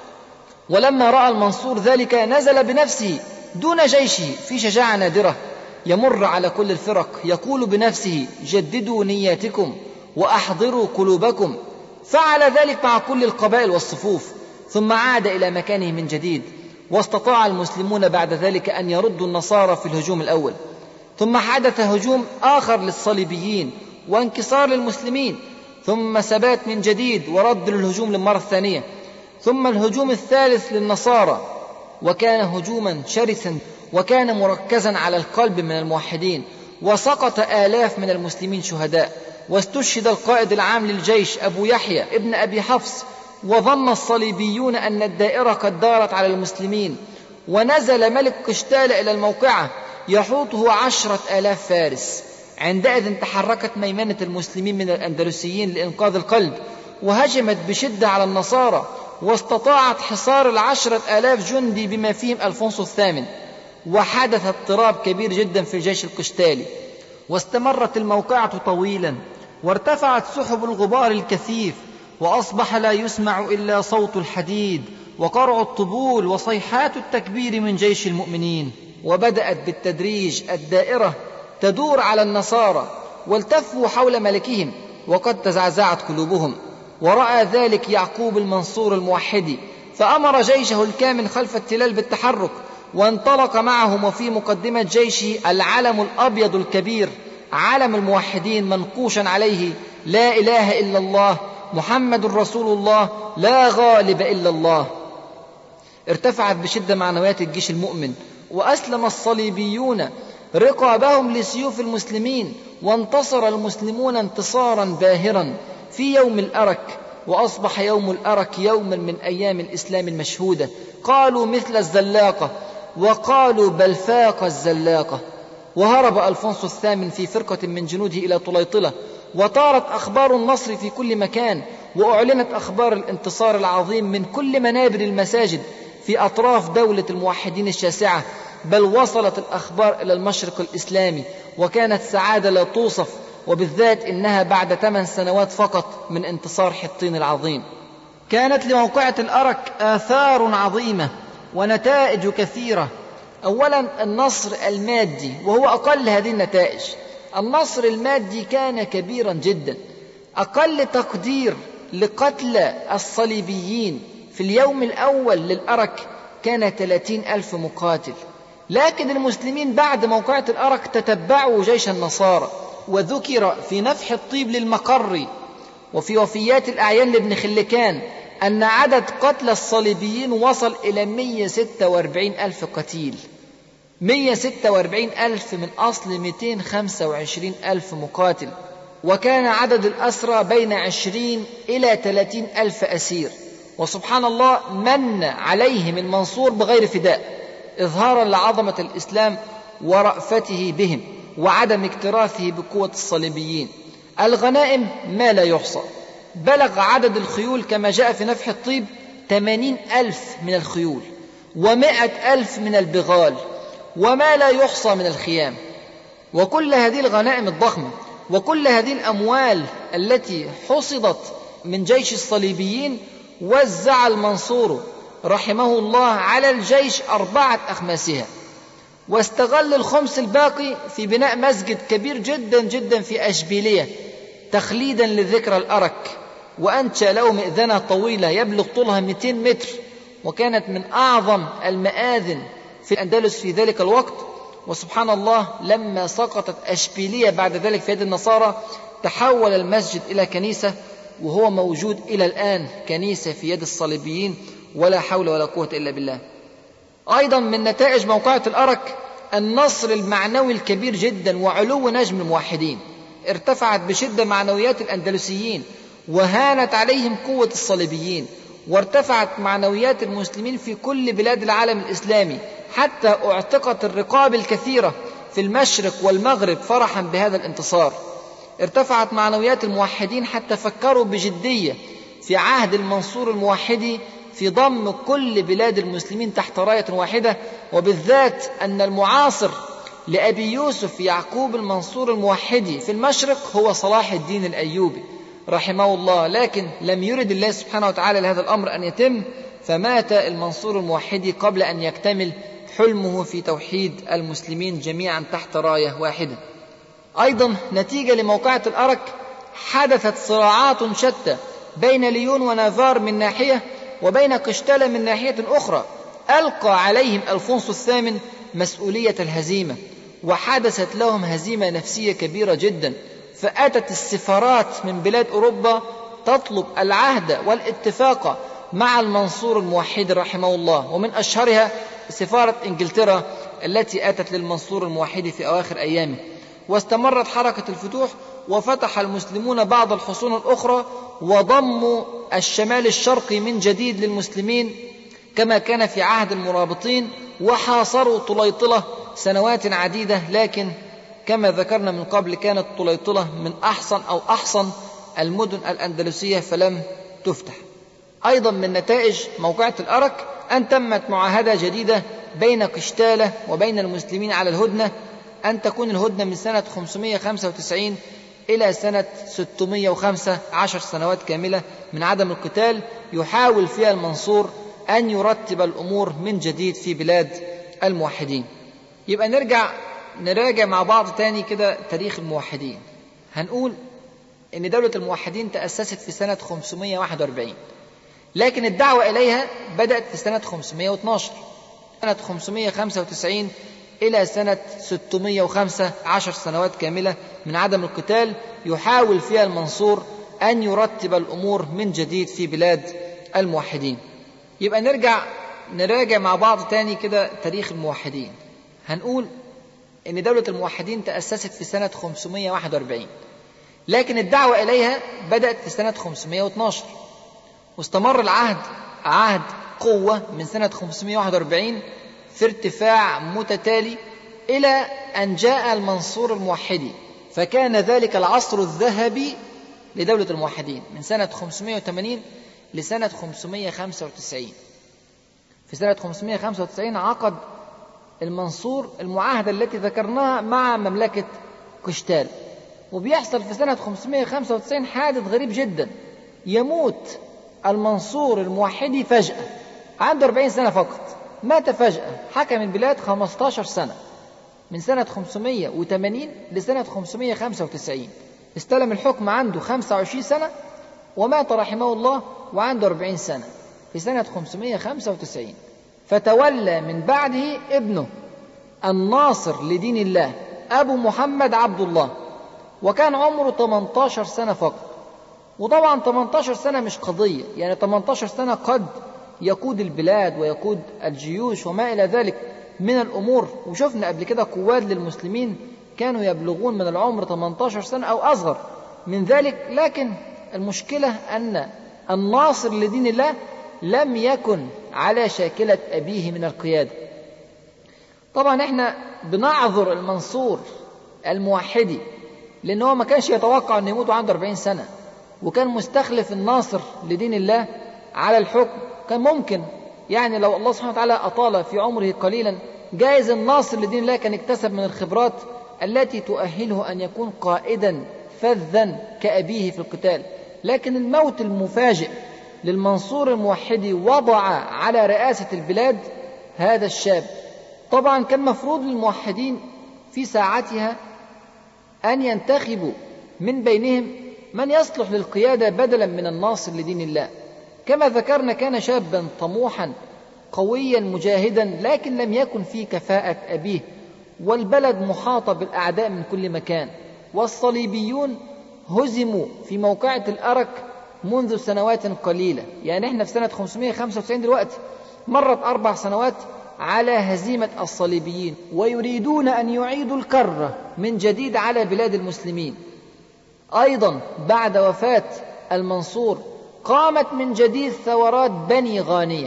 A: ولما رأى المنصور ذلك نزل بنفسه دون جيشه في شجاعة نادرة، يمر على كل الفرق يقول بنفسه: جددوا نياتكم وأحضروا قلوبكم. فعل ذلك مع كل القبائل والصفوف، ثم عاد إلى مكانه من جديد، واستطاع المسلمون بعد ذلك أن يردوا النصارى في الهجوم الأول. ثم حدث هجوم آخر للصليبيين وانكسار للمسلمين، ثم ثبات من جديد ورد للهجوم للمرة الثانية، ثم الهجوم الثالث للنصارى، وكان هجوما شرسا وكان مركزا على القلب من الموحدين، وسقط آلاف من المسلمين شهداء، واستشهد القائد العام للجيش أبو يحيى ابن أبي حفص. وظن الصليبيون أن الدائرة قد دارت على المسلمين، ونزل ملك قشتالة إلى الموقعة يحوطه 10,000 فارس. عندئذ تحركت ميمنة المسلمين من الأندلسيين لإنقاذ القلب، وهجمت بشدة على النصارى، واستطاعت حصار 10,000 جندي بما فيهم ألفونسو الثامن. وحدث اضطراب كبير جدا في الجيش القشتالي، واستمرت الموقعة طويلا، وارتفعت سحب الغبار الكثيف، وأصبح لا يسمع إلا صوت الحديد وقرع الطبول وصيحات التكبير من جيش المؤمنين. وبدأت بالتدريج الدائرة تدور على النصارى، والتفوا حول ملكهم وقد تزعزعت قلوبهم. ورأى ذلك يعقوب المنصور الموحدي، فأمر جيشه الكامل خلف التلال بالتحرك، وانطلق معهم، وفي مقدمة جيشه العلم الأبيض الكبير، علم الموحدين منقوشا عليه: لا إله إلا الله محمد رسول الله لا غالب إلا الله. ارتفعت بشدة معنويات الجيش المؤمن، وأسلم الصليبيون رقابهم لسيوف المسلمين، وانتصر المسلمون انتصارا باهرا في يوم الأرك، وأصبح يوم الأرك يوما من أيام الإسلام المشهودة. قالوا مثل الزلاقة، وقالوا بل فاق الزلاقة. وهرب ألفونسو الثامن في فرقة من جنوده إلى طليطلة، وطارت أخبار النصر في كل مكان، وأعلنت أخبار الانتصار العظيم من كل منابر المساجد في أطراف دولة الموحدين الشاسعة، بل وصلت الأخبار إلى المشرق الإسلامي، وكانت سعادة لا توصف، وبالذات إنها بعد 8 سنوات فقط من انتصار حطين العظيم. كانت لموقعة الأرك آثار عظيمة ونتائج كثيرة. أولا النصر المادي، وهو أقل هذه النتائج. النصر المادي كان كبيرا جدا. أقل تقدير لقتلى الصليبيين في اليوم الأول للأرك كان 30,000 مقاتل، لكن المسلمين بعد موقعة الأرك تتبعوا جيش النصارى. وذكر في نفح الطيب للمقري وفي وفيات الأعيان لابن خلكان أن عدد قتلى الصليبيين وصل إلى 146,000 قتيل. 146,000 من أصل 225,000 مقاتل. وكان عدد الأسرى بين 20 إلى 30,000 أسير. وسبحان الله من عليهم المنصور بغير فداء، إظهارا لعظمة الإسلام ورأفته بهم وعدم اكتراثه بقوة الصليبيين. الغنائم ما لا يحصى، بلغ عدد الخيول كما جاء في نفح الطيب 80,000 من الخيول، و100,000 من البغال، وما لا يحصى من الخيام. وكل هذه الغنائم الضخمة وكل هذه الأموال التي حصدت من جيش الصليبيين وزع المنصور رحمه الله على الجيش 4 أخماسها، واستغل الخمس الباقي في بناء مسجد كبير جدا جدا في أشبيلية تخليدا لذكرى الأرك، وأنشأ له مئذنة طويلة يبلغ طولها 200 متر، وكانت من أعظم المآذن في الأندلس في ذلك الوقت. وسبحان الله لما سقطت أشبيلية بعد ذلك في يد النصارى تحول المسجد إلى كنيسة، وهو موجود إلى الآن كنيسة في يد الصليبيين، ولا حول ولا قوة إلا بالله. أيضا من نتائج موقعة الأرك النصر المعنوي الكبير جدا وعلو نجم الموحدين. ارتفعت بشدة معنويات الأندلسيين وهانت عليهم قوة الصليبيين، وارتفعت معنويات المسلمين في كل بلاد العالم الإسلامي، حتى اعتقت الرقاب الكثيرة في المشرق والمغرب فرحا بهذا الانتصار. ارتفعت معنويات الموحدين حتى فكروا بجدية في عهد المنصور الموحدي في ضم كل بلاد المسلمين تحت راية واحدة، وبالذات أن المعاصر لأبي يوسف يعقوب المنصور الموحدي في المشرق هو صلاح الدين الأيوبي رحمه الله، لكن لم يرد الله سبحانه وتعالى لهذا الأمر أن يتم، فمات المنصور الموحدي قبل أن يكتمل حلمه في توحيد المسلمين جميعا تحت راية واحدة. أيضا نتيجة لموقعة الأرك حدثت صراعات شتى بين ليون ونافار من ناحية، وبين قشتالة من ناحية أخرى. ألقى عليهم ألفونسو الثامن مسؤولية الهزيمة، وحدثت لهم هزيمة نفسية كبيرة جدا، فأتت السفارات من بلاد أوروبا تطلب العهد والاتفاق مع المنصور الموحد رحمه الله، ومن أشهرها سفارة إنجلترا التي أتت للمنصور الموحد في أواخر أيامه. واستمرت حركة الفتوح، وفتح المسلمون بعض الحصون الأخرى، وضموا الشمال الشرقي من جديد للمسلمين كما كان في عهد المرابطين، وحاصروا طليطلة سنوات عديدة، لكن كما ذكرنا من قبل كانت طليطلة من أحصن المدن الأندلسية فلم تفتح. أيضا من نتائج موقعة الأرك أن تمت معاهدة جديدة بين قشتالة وبين المسلمين على الهدنة، أن تكون الهدنة من سنة 595 إلى سنة 605، 10 سنوات كاملة من عدم القتال، يحاول فيها المنصور أن يرتب الأمور من جديد في بلاد الموحدين. يبقى نراجع مع بعض تاني كده تاريخ الموحدين. هنقول إن دولة الموحدين تأسست في سنة 541، لكن الدعوة إليها بدأت في سنة 512. سنة 595 إلى سنة 605، 10 سنوات كاملة من عدم القتال، يحاول فيها المنصور أن يرتب الأمور من جديد في بلاد الموحدين. يبقى نراجع مع بعض تاني كده تاريخ الموحدين. هنقول إن دولة الموحدين تأسست في سنة 541، لكن الدعوة إليها بدأت في سنة 512، واستمر العهد عهد قوة من سنة 541 في ارتفاع متتالي إلى أن جاء المنصور الموحدي، فكان ذلك العصر الذهبي لدولة الموحدين من سنة 580 لسنة 595. في سنة 595 عقد المنصور المعاهدة التي ذكرناها مع مملكة قشتال. وبيحصل في سنة 595 حادث غريب جدا، يموت المنصور الموحدي فجأة، عنده 40 سنة فقط، مات فجأة. حكم البلاد 15 سنة من سنة 580 لسنة 595، استلم الحكم عنده 25 سنة ومات رحمه الله وعنده 40 سنة في سنة 595. فتولى من بعده ابنه الناصر لدين الله أبو محمد عبد الله، وكان عمره 18 سنة فقط. وطبعا 18 سنة مش قضية، يعني 18 سنة قد يقود البلاد ويقود الجيوش وما إلى ذلك من الأمور. وشفنا قبل كده قواد للمسلمين كانوا يبلغون من العمر 18 سنة أو أصغر من ذلك، لكن المشكلة أن الناصر لدين الله لم يكن على شاكلة أبيه من القيادة. طبعا احنا بنعذر المنصور الموحدي لأنه ما كانش يتوقع أن يموت عنده 40 سنة، وكان مستخلف الناصر لدين الله على الحكم. كان ممكن يعني لو الله سبحانه وتعالى أطال في عمره قليلا، جائز الناصر لدين الله كان اكتسب من الخبرات التي تؤهله أن يكون قائدا فذا كأبيه في القتال. لكن الموت المفاجئ للمنصور الموحدي وضع على رئاسة البلاد هذا الشاب. طبعا كان مفروض للموحدين في ساعتها أن ينتخبوا من بينهم من يصلح للقيادة بدلا من الناصر لدين الله. كما ذكرنا كان شابا طموحا قويا مجاهدا، لكن لم يكن فيه كفاءة أبيه، والبلد محاطة بالأعداء من كل مكان، والصليبيون هزموا في موقعة الأرك منذ سنوات قليلة. يعني احنا في سنة 595 دلوقتي، مرت 4 سنوات على هزيمة الصليبيين، ويريدون أن يعيدوا الكرة من جديد على بلاد المسلمين. أيضا بعد وفاة المنصور قامت من جديد ثورات بني غانية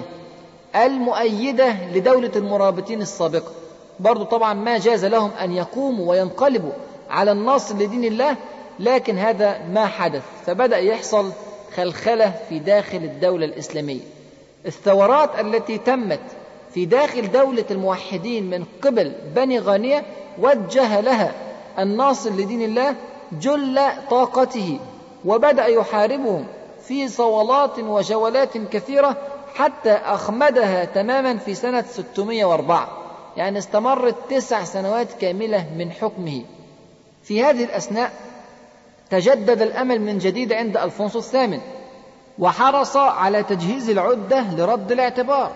A: المؤيدة لدولة المرابطين السابقة. برضو طبعا ما جاز لهم أن يقوموا وينقلبوا على الناصر لدين الله، لكن هذا ما حدث، فبدأ يحصل خلخلة في داخل الدولة الإسلامية. الثورات التي تمت في داخل دولة الموحدين من قبل بني غانية وجه لها الناصر لدين الله جل طاقته، وبدأ يحاربهم في صولات وجولات كثيرة حتى أخمدها تماما في سنة 604. يعني استمرت 9 سنوات كاملة من حكمه. في هذه الأثناء تجدد الأمل من جديد عند ألفونسو الثامن، وحرص على تجهيز العدة لرد الاعتبار،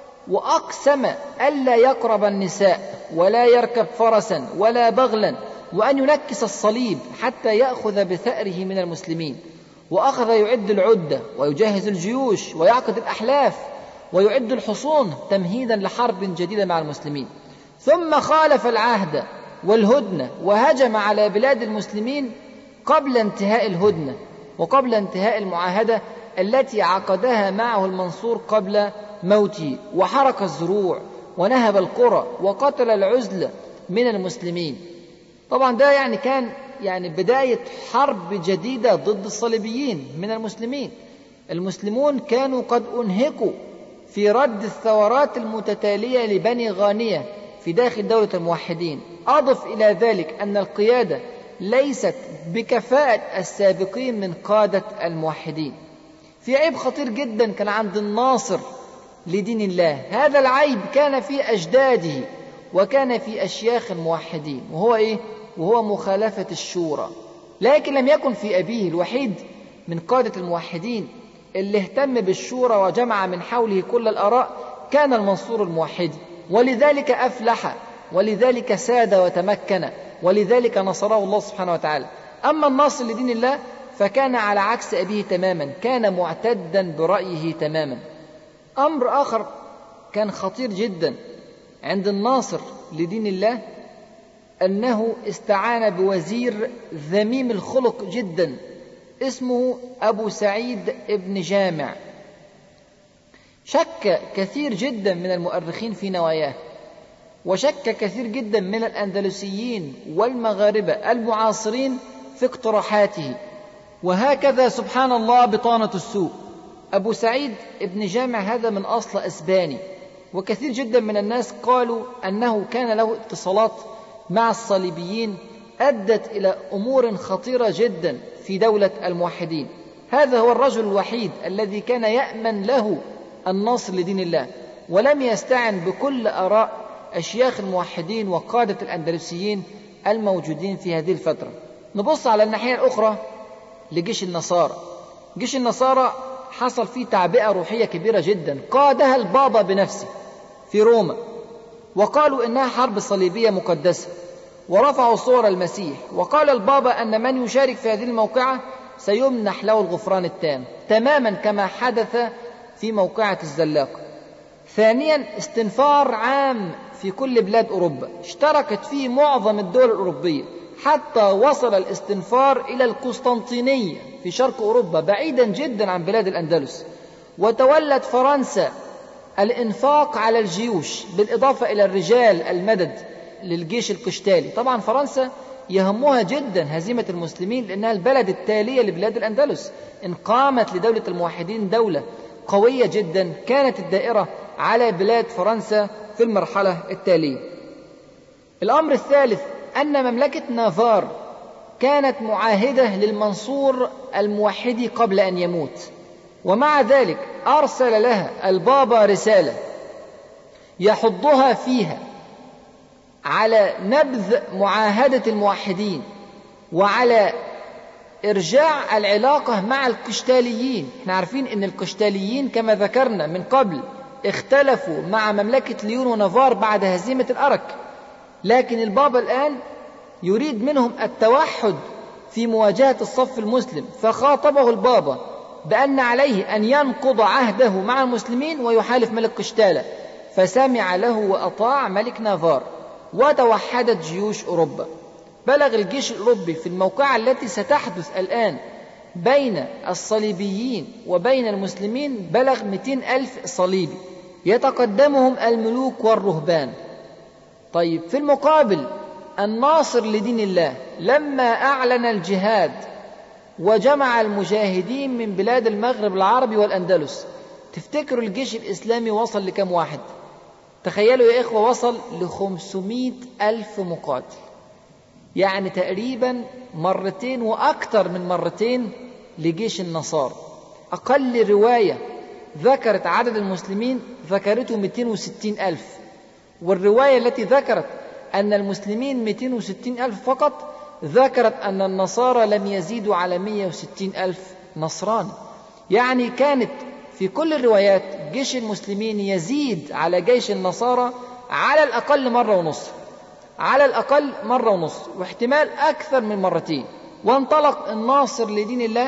A: وأقسم ألا يقرب النساء ولا يركب فرسا ولا بغلا، وأن ينكس الصليب حتى يأخذ بثأره من المسلمين. وأخذ يعد العدة ويجهز الجيوش ويعقد الأحلاف ويعد الحصون تمهيدا لحرب جديدة مع المسلمين. ثم خالف العهد والهدنة وهجم على بلاد المسلمين قبل انتهاء الهدنة وقبل انتهاء المعاهدة التي عقدها معه المنصور قبل موته، وحرق الزروع ونهب القرى وقتل العزل من المسلمين. طبعا ده يعني كان بداية حرب جديدة ضد الصليبيين من المسلمين. المسلمون كانوا قد أنهكوا في رد الثورات المتتالية لبني غانية في داخل دولة الموحدين. أضف إلى ذلك أن القيادة ليست بكفاءة السابقين من قادة الموحدين. في عيب خطير جدا كان عند الناصر لدين الله، هذا العيب كان في أجداده وكان في أشياخ الموحدين، وهو إيه؟ وهو مخالفة الشورى. لكن لم يكن في أبيه الوحيد من قادة الموحدين اللي اهتم بالشورى وجمع من حوله كل الآراء كان المنصور الموحدي، ولذلك أفلح، ولذلك ساد وتمكن، ولذلك نصره الله سبحانه وتعالى. أما الناصر لدين الله فكان على عكس أبيه تماما، كان معتدا برأيه تماما. أمر آخر كان خطير جدا عند الناصر لدين الله أنه استعان بوزير ذميم الخلق جدا اسمه أبو سعيد ابن جامع. شك كثير جدا من المؤرخين في نواياه، وشك كثير جدا من الأندلسيين والمغاربة المعاصرين في اقتراحاته. وهكذا سبحان الله بطانة السوء، أبو سعيد ابن جامع هذا من أصل أسباني، وكثير جدا من الناس قالوا أنه كان له اتصالات مع الصليبيين أدت إلى أمور خطيرة جدا في دولة الموحدين. هذا هو الرجل الوحيد الذي كان يأمن له الناصر لدين الله، ولم يستعن بكل آراء أشياخ الموحدين وقادة الأندلسيين الموجودين في هذه الفترة. نبص على الناحية الأخرى لجيش النصارى. جيش النصارى حصل فيه تعبئة روحية كبيرة جدا قادها البابا بنفسه في روما، وقالوا إنها حرب صليبية مقدسة، ورفعوا صور المسيح، وقال البابا أن من يشارك في هذه الموقعة سيمنح له الغفران التام، تماما كما حدث في موقعة الزلاقة. ثانيا، استنفار عام في كل بلاد أوروبا، اشتركت فيه معظم الدول الأوروبية، حتى وصل الاستنفار إلى القسطنطينية في شرق أوروبا بعيدا جدا عن بلاد الأندلس. وتولت فرنسا الإنفاق على الجيوش بالإضافة إلى الرجال المدد للجيش القشتالي. طبعا فرنسا يهمها جدا هزيمة المسلمين لأنها البلد التالية لبلاد الأندلس. إن قامت لدولة الموحدين دولة قوية جدا كانت الدائرة على بلاد فرنسا في المرحلة التالية. الأمر الثالث أن مملكة نافار كانت معاهدة للمنصور الموحدي قبل أن يموت، ومع ذلك أرسل لها البابا رسالة يحضها فيها على نبذ معاهدة الموحدين وعلى إرجاع العلاقة مع القشتاليين. احنا عارفين أن القشتاليين كما ذكرنا من قبل اختلفوا مع مملكة ليون ونافار بعد هزيمة الأرك، لكن البابا الآن يريد منهم التوحد في مواجهة الصف المسلم، فخاطبه البابا بأن عليه أن ينقض عهده مع المسلمين ويحالف ملك قشتالة، فسمع له وأطاع ملك نافار، وتوحدت جيوش أوروبا. بلغ الجيش الأوروبي في الموقعة التي ستحدث الآن بين الصليبيين وبين المسلمين بلغ 200,000 صليبي يتقدمهم الملوك والرهبان. طيب، في المقابل الناصر لدين الله لما أعلن الجهاد وجمع المجاهدين من بلاد المغرب العربي والأندلس، تفتكروا الجيش الإسلامي وصل لكم واحد؟ تخيلوا يا إخوة، وصل ل500,000 مقاتل، يعني تقريبا مرتين وأكثر من مرتين لجيش النصارى. أقل رواية ذكرت عدد المسلمين ذكرته 260,000، والرواية التي ذكرت أن المسلمين 260,000 فقط ذكرت أن النصارى لم يزيدوا على 160,000 نصراني. يعني كانت في كل الروايات جيش المسلمين يزيد على جيش النصارى على الأقل مرة ونصف، على الأقل مرة ونصف، واحتمال أكثر من مرتين. وانطلق الناصر لدين الله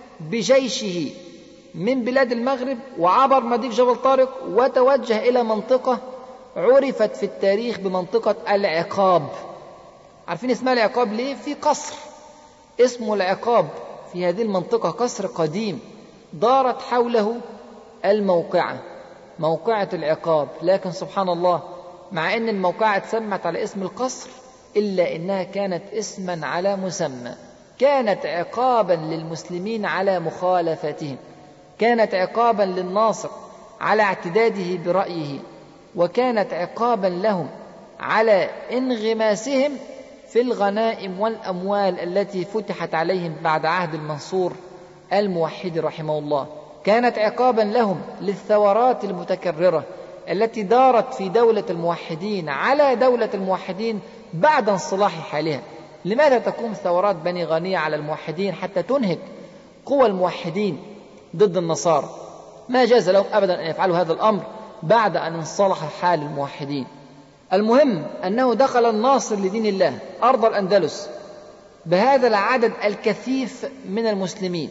A: بجيشه من بلاد المغرب وعبر مضيق جبل طارق وتوجه إلى منطقة عرفت في التاريخ بمنطقة العقاب. عارفين اسمها العقاب ليه؟ في قصر اسمه العقاب في هذه المنطقة، قصر قديم دارت حوله الموقعة، موقعة العقاب. لكن سبحان الله، مع أن الموقعة تسمت على اسم القصر إلا أنها كانت اسما على مسمى، كانت عقابا للمسلمين على مخالفتهم، كانت عقابا للناصر على اعتداده برأيه، وكانت عقابا لهم على انغماسهم في الغنائم والأموال التي فتحت عليهم بعد عهد المنصور الموحد رحمه الله. كانت عقابا لهم للثورات المتكررة التي دارت في دولة الموحدين على دولة الموحدين بعد انصلاح حالها. لماذا تقوم ثورات بني غانية على الموحدين حتى تنهك قوى الموحدين ضد النصارى؟ ما جاز لهم أبدا أن يفعلوا هذا الأمر بعد أن انصلح حال الموحدين. المهم أنه دخل الناصر لدين الله أرض الأندلس بهذا العدد الكثيف من المسلمين،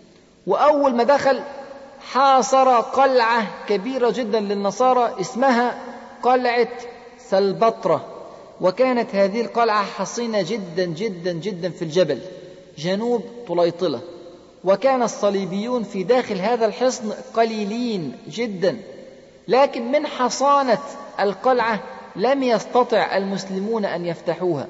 A: وأول ما دخل حاصر قلعة كبيرة جدا للنصارى اسمها قلعة سلبطرة، وكانت هذه القلعة حصينة جدا جدا جدا في الجبل جنوب طليطلة، وكان الصليبيون في داخل هذا الحصن قليلين جدا، لكن من حصانة القلعة لم يستطع المسلمون أن يفتحوها.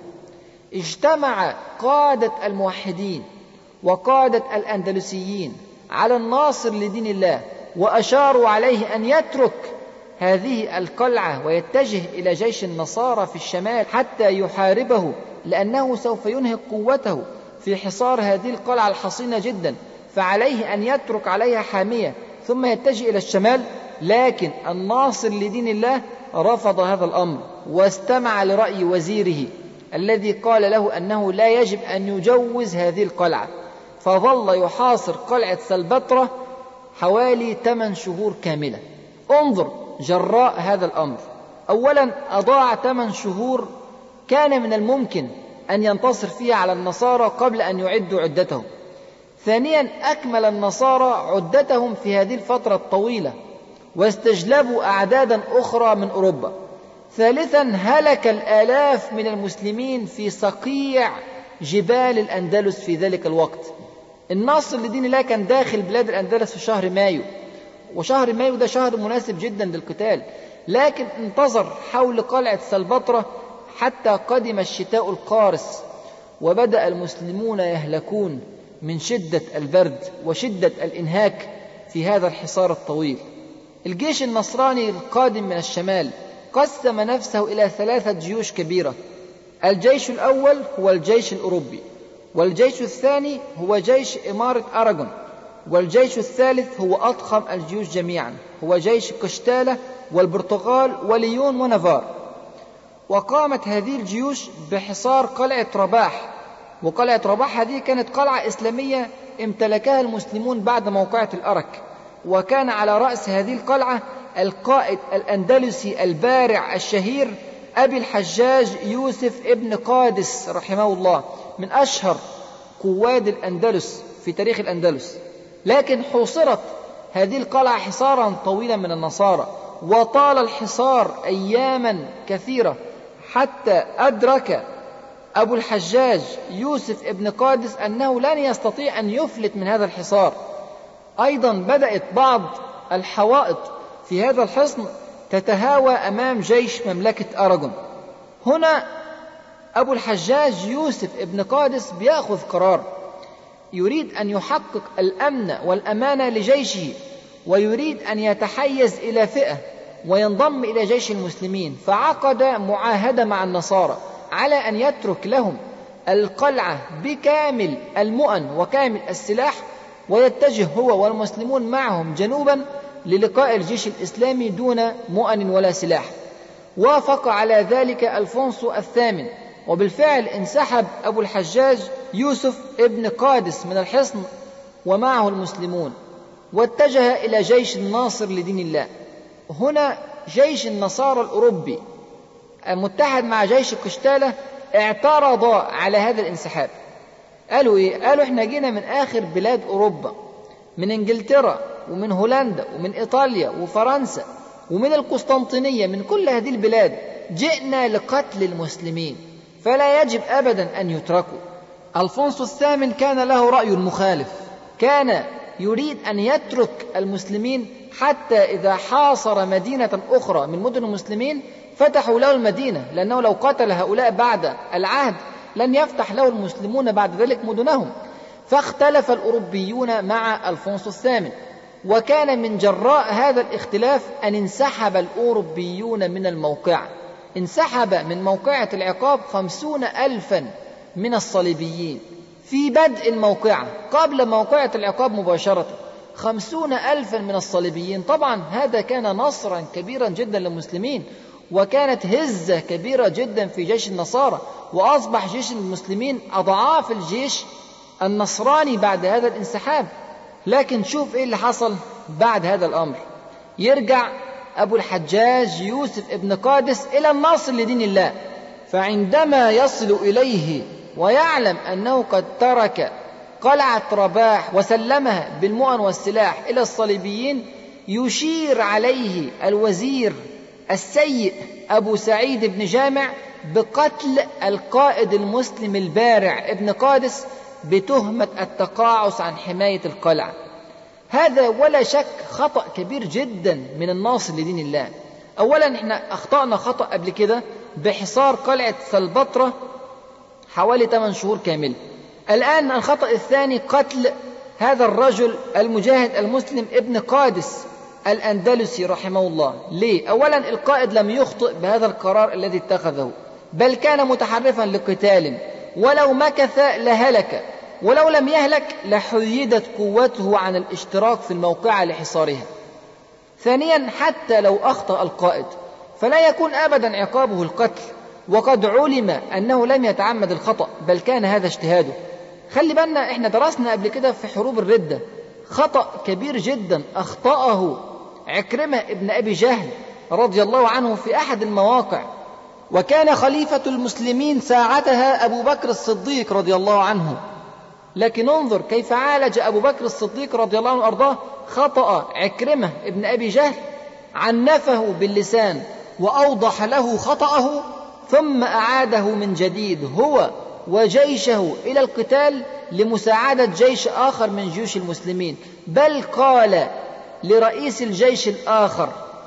A: اجتمع قادة الموحدين وقادة الأندلسيين على الناصر لدين الله وأشاروا عليه أن يترك هذه القلعة ويتجه إلى جيش النصارى في الشمال حتى يحاربه، لأنه سوف ينهك قوته في حصار هذه القلعة الحصينة جدا، فعليه أن يترك عليها حامية ثم يتجه إلى الشمال. لكن الناصر لدين الله رفض هذا الأمر واستمع لرأي وزيره الذي قال له أنه لا يجب أن يجوز هذه القلعة، فظل يحاصر قلعة سلبطرة حوالي 8 شهور كاملة. انظر جراء هذا الأمر، أولا أضاع 8 شهور كان من الممكن أن ينتصر فيها على النصارى قبل أن يعدوا عدتهم. ثانيا أكمل النصارى عدتهم في هذه الفترة الطويلة واستجلبوا أعدادا أخرى من أوروبا. ثالثا هلك الآلاف من المسلمين في صقيع جبال الأندلس في ذلك الوقت. الناصر لدين الله كان داخل بلاد الأندلس في شهر مايو، وشهر مايو ده شهر مناسب جدا للقتال، لكن انتظر حول قلعة سلبطرة حتى قدم الشتاء القارس، وبدأ المسلمون يهلكون من شدة البرد وشدة الإنهاك في هذا الحصار الطويل. الجيش النصراني القادم من الشمال قسم نفسه إلى 3 جيوش كبيرة. الجيش الأول هو الجيش الأوروبي، والجيش الثاني هو جيش إمارة أراغون، والجيش الثالث هو أضخم الجيوش جميعا هو جيش قشتالة والبرتغال وليون ونافار. وقامت هذه الجيوش بحصار قلعة رباح، وقلعة رباح هذه كانت قلعة إسلامية امتلكها المسلمون بعد موقعة الأرك، وكان على رأس هذه القلعة القائد الأندلسي البارع الشهير أبي الحجاج يوسف ابن قادس رحمه الله، من أشهر قواد الأندلس في تاريخ الأندلس. لكن حوصرت هذه القلعة حصارا طويلا من النصارى، وطال الحصار أياما كثيرة حتى أدرك أبو الحجاج يوسف ابن قادس أنه لن يستطيع أن يفلت من هذا الحصار. أيضا بدأت بعض الحوائط في هذا الحصن تتهاوى أمام جيش مملكة أراغون. هنا أبو الحجاج يوسف ابن قادس بيأخذ قرار، يريد أن يحقق الأمن والأمانة لجيشه، ويريد أن يتحيز إلى فئة وينضم إلى جيش المسلمين، فعقد معاهدة مع النصارى على أن يترك لهم القلعة بكامل المؤن وكامل السلاح، ويتجه هو والمسلمون معهم جنوبا للقاء الجيش الإسلامي دون مؤن ولا سلاح. وافق على ذلك ألفونسو الثامن، وبالفعل انسحب أبو الحجاج يوسف ابن قادس من الحصن ومعه المسلمون، واتجه إلى جيش الناصر لدين الله. هنا جيش النصارى الأوروبي المتحد مع جيش قشتالة اعترض على هذا الانسحاب. قالوا إيه؟ قالوا إحنا جينا من آخر بلاد أوروبا، من إنجلترا ومن هولندا ومن إيطاليا وفرنسا ومن القسطنطينية، من كل هذه البلاد جئنا لقتل المسلمين، فلا يجب أبدا أن يتركوا. ألفونسو الثامن كان له رأي مخالف، كان يريد أن يترك المسلمين حتى إذا حاصر مدينة أخرى من مدن المسلمين فتحوا له المدينة، لأنه لو قتل هؤلاء بعد العهد لن يفتح له المسلمون بعد ذلك مدنهم. فاختلف الأوروبيون مع ألفونسو الثامن، وكان من جراء هذا الاختلاف أن انسحب الأوروبيون من الموقع. انسحب من موقعة العقاب 50,000 من الصليبيين في بدء الموقعة، قبل موقعة العقاب مباشرة 50,000 من الصليبيين. طبعا هذا كان نصرا كبيرا جدا للمسلمين، وكانت هزة كبيرة جدا في جيش النصارى، وأصبح جيش المسلمين أضعاف الجيش النصراني بعد هذا الانسحاب. لكن شوف إيه اللي حصل بعد هذا الأمر. يرجع أبو الحجاج يوسف ابن قادس إلى الناصر لدين الله، فعندما يصل إليه ويعلم أنه قد ترك قلعة رباح وسلمها بالمؤن والسلاح إلى الصليبيين، يشير عليه الوزير السيء أبو سعيد بن جامع بقتل القائد المسلم البارع ابن قادس بتهمة التقاعس عن حماية القلعة. هذا ولا شك خطأ كبير جدا من الناصر لدين الله. أولا احنا أخطأنا خطأ قبل كده بحصار قلعة سلبطرة حوالي 8 شهور كامل. الآن الخطأ الثاني قتل هذا الرجل المجاهد المسلم ابن قادس الأندلسي رحمه الله. ليه؟ أولا القائد لم يخطئ بهذا القرار الذي اتخذه، بل كان متحرفا لقتال، ولو مكث لهلك، ولو لم يهلك لحيدت قوته عن الاشتراك في الموقعة لحصارها. ثانيا حتى لو أخطأ القائد فلا يكون أبدا عقابه القتل، وقد علم أنه لم يتعمد الخطأ بل كان هذا اجتهاده. خلي بالنا احنا درسنا قبل كده في حروب الردة خطأ كبير جدا أخطأه عكرمة ابن أبي جهل رضي الله عنه في أحد المواقع، وكان خليفة المسلمين ساعتها أبو بكر الصديق رضي الله عنه. لكن انظر كيف عالج أبو بكر الصديق رضي الله عنه وأرضاه خطأ عكرمة ابن أبي جهل، عنفه باللسان وأوضح له خطأه، ثم أعاده من جديد هو وجيشه إلى القتال لمساعدة جيش آخر من جيوش المسلمين. بل قال لرئيس الجيش الآخر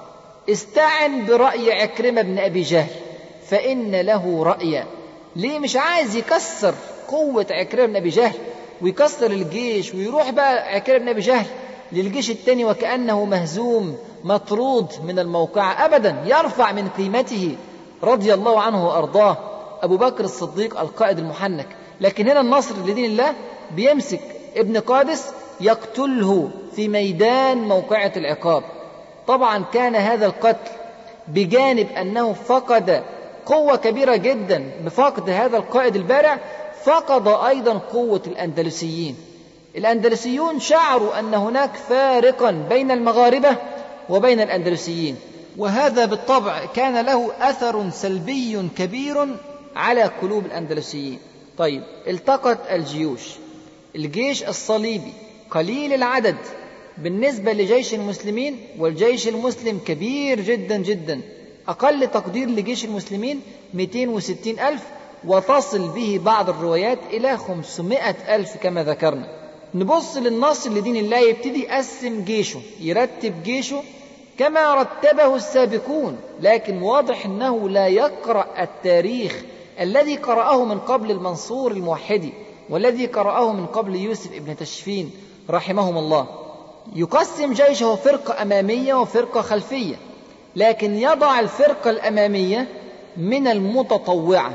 A: استعن برأي عكرمة بن أبي جهل فإن له رأيا. ليه مش عايز يكسر قوة عكرمة بن أبي جهل ويكسر الجيش ويروح بقى عكرمة بن أبي جهل للجيش الثاني وكأنه مهزوم مطرود من الموقع؟ أبدا، يرفع من قيمته رضي الله عنه وأرضاه أبو بكر الصديق القائد المحنك. لكن هنا النصر لدين الله بيمسك ابن قادس يقتله في ميدان موقعة العقاب. طبعا كان هذا القتل بجانب أنه فقد قوة كبيرة جدا بفقد هذا القائد البارع، فقد أيضا قوة الأندلسيين. الأندلسيون شعروا أن هناك فارقا بين المغاربة وبين الأندلسيين، وهذا بالطبع كان له أثر سلبي كبير على قلوب الأندلسيين. طيب التقت الجيوش، الجيش الصليبي قليل العدد بالنسبة لجيش المسلمين، والجيش المسلم كبير جدا جدا. أقل تقدير لجيش المسلمين 260 ألف، وتصل به بعض الروايات إلى 500 ألف كما ذكرنا. نبص للنصر لدين الله، يبتدي يقسم جيشه، يرتب جيشه كما رتبه السابقون، لكن واضح أنه لا يقرأ التاريخ الذي قرأه من قبل المنصور الموحدي والذي قرأه من قبل يوسف ابن تشفين رحمهم الله. يقسم جيشه فرقة أمامية وفرقة خلفية، لكن يضع الفرقة الأمامية من المتطوعة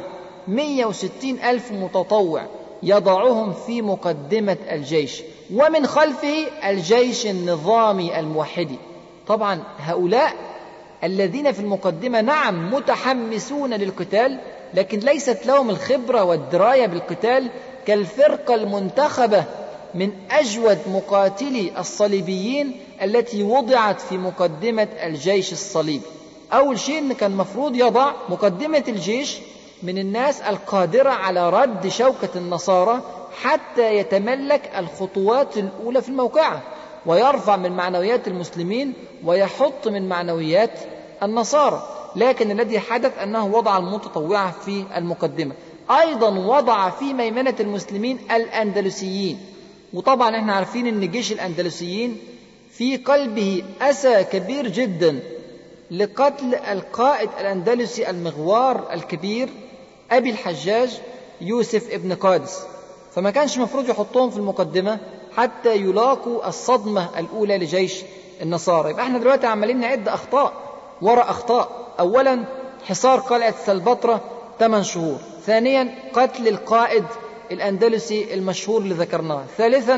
A: 160 ألف متطوع يضعهم في مقدمة الجيش، ومن خلفه الجيش النظامي الموحدي. طبعا هؤلاء الذين في المقدمة نعم متحمسون للقتال، لكن ليست لهم الخبرة والدراية بالقتال كالفرقة المنتخبة من أجود مقاتلي الصليبيين التي وضعت في مقدمة الجيش الصليبي. أول شيء إن كان مفروض يضع مقدمة الجيش من الناس القادرة على رد شوكة النصارى حتى يتملك الخطوات الأولى في الموقعة، ويرفع من معنويات المسلمين ويحط من معنويات النصارى. لكن الذي حدث أنه وضع المتطوعة في المقدمة، أيضا وضع في ميمنة المسلمين الأندلسيين. وطبعا احنا عارفين أن جيش الأندلسيين في قلبه أسى كبير جدا لقتل القائد الأندلسي المغوار الكبير أبي الحجاج يوسف ابن قادس، فما كانش مفروض يحطهم في المقدمة حتى يلاقوا الصدمة الأولى لجيش النصارى. يبقى احنا دلوقتي عمالين نعد أخطاء وراء أخطاء. أولا حصار قلعة سلبطرة 8 شهور، ثانيا قتل القائد الأندلسي المشهور اللي ذكرناه، ثالثا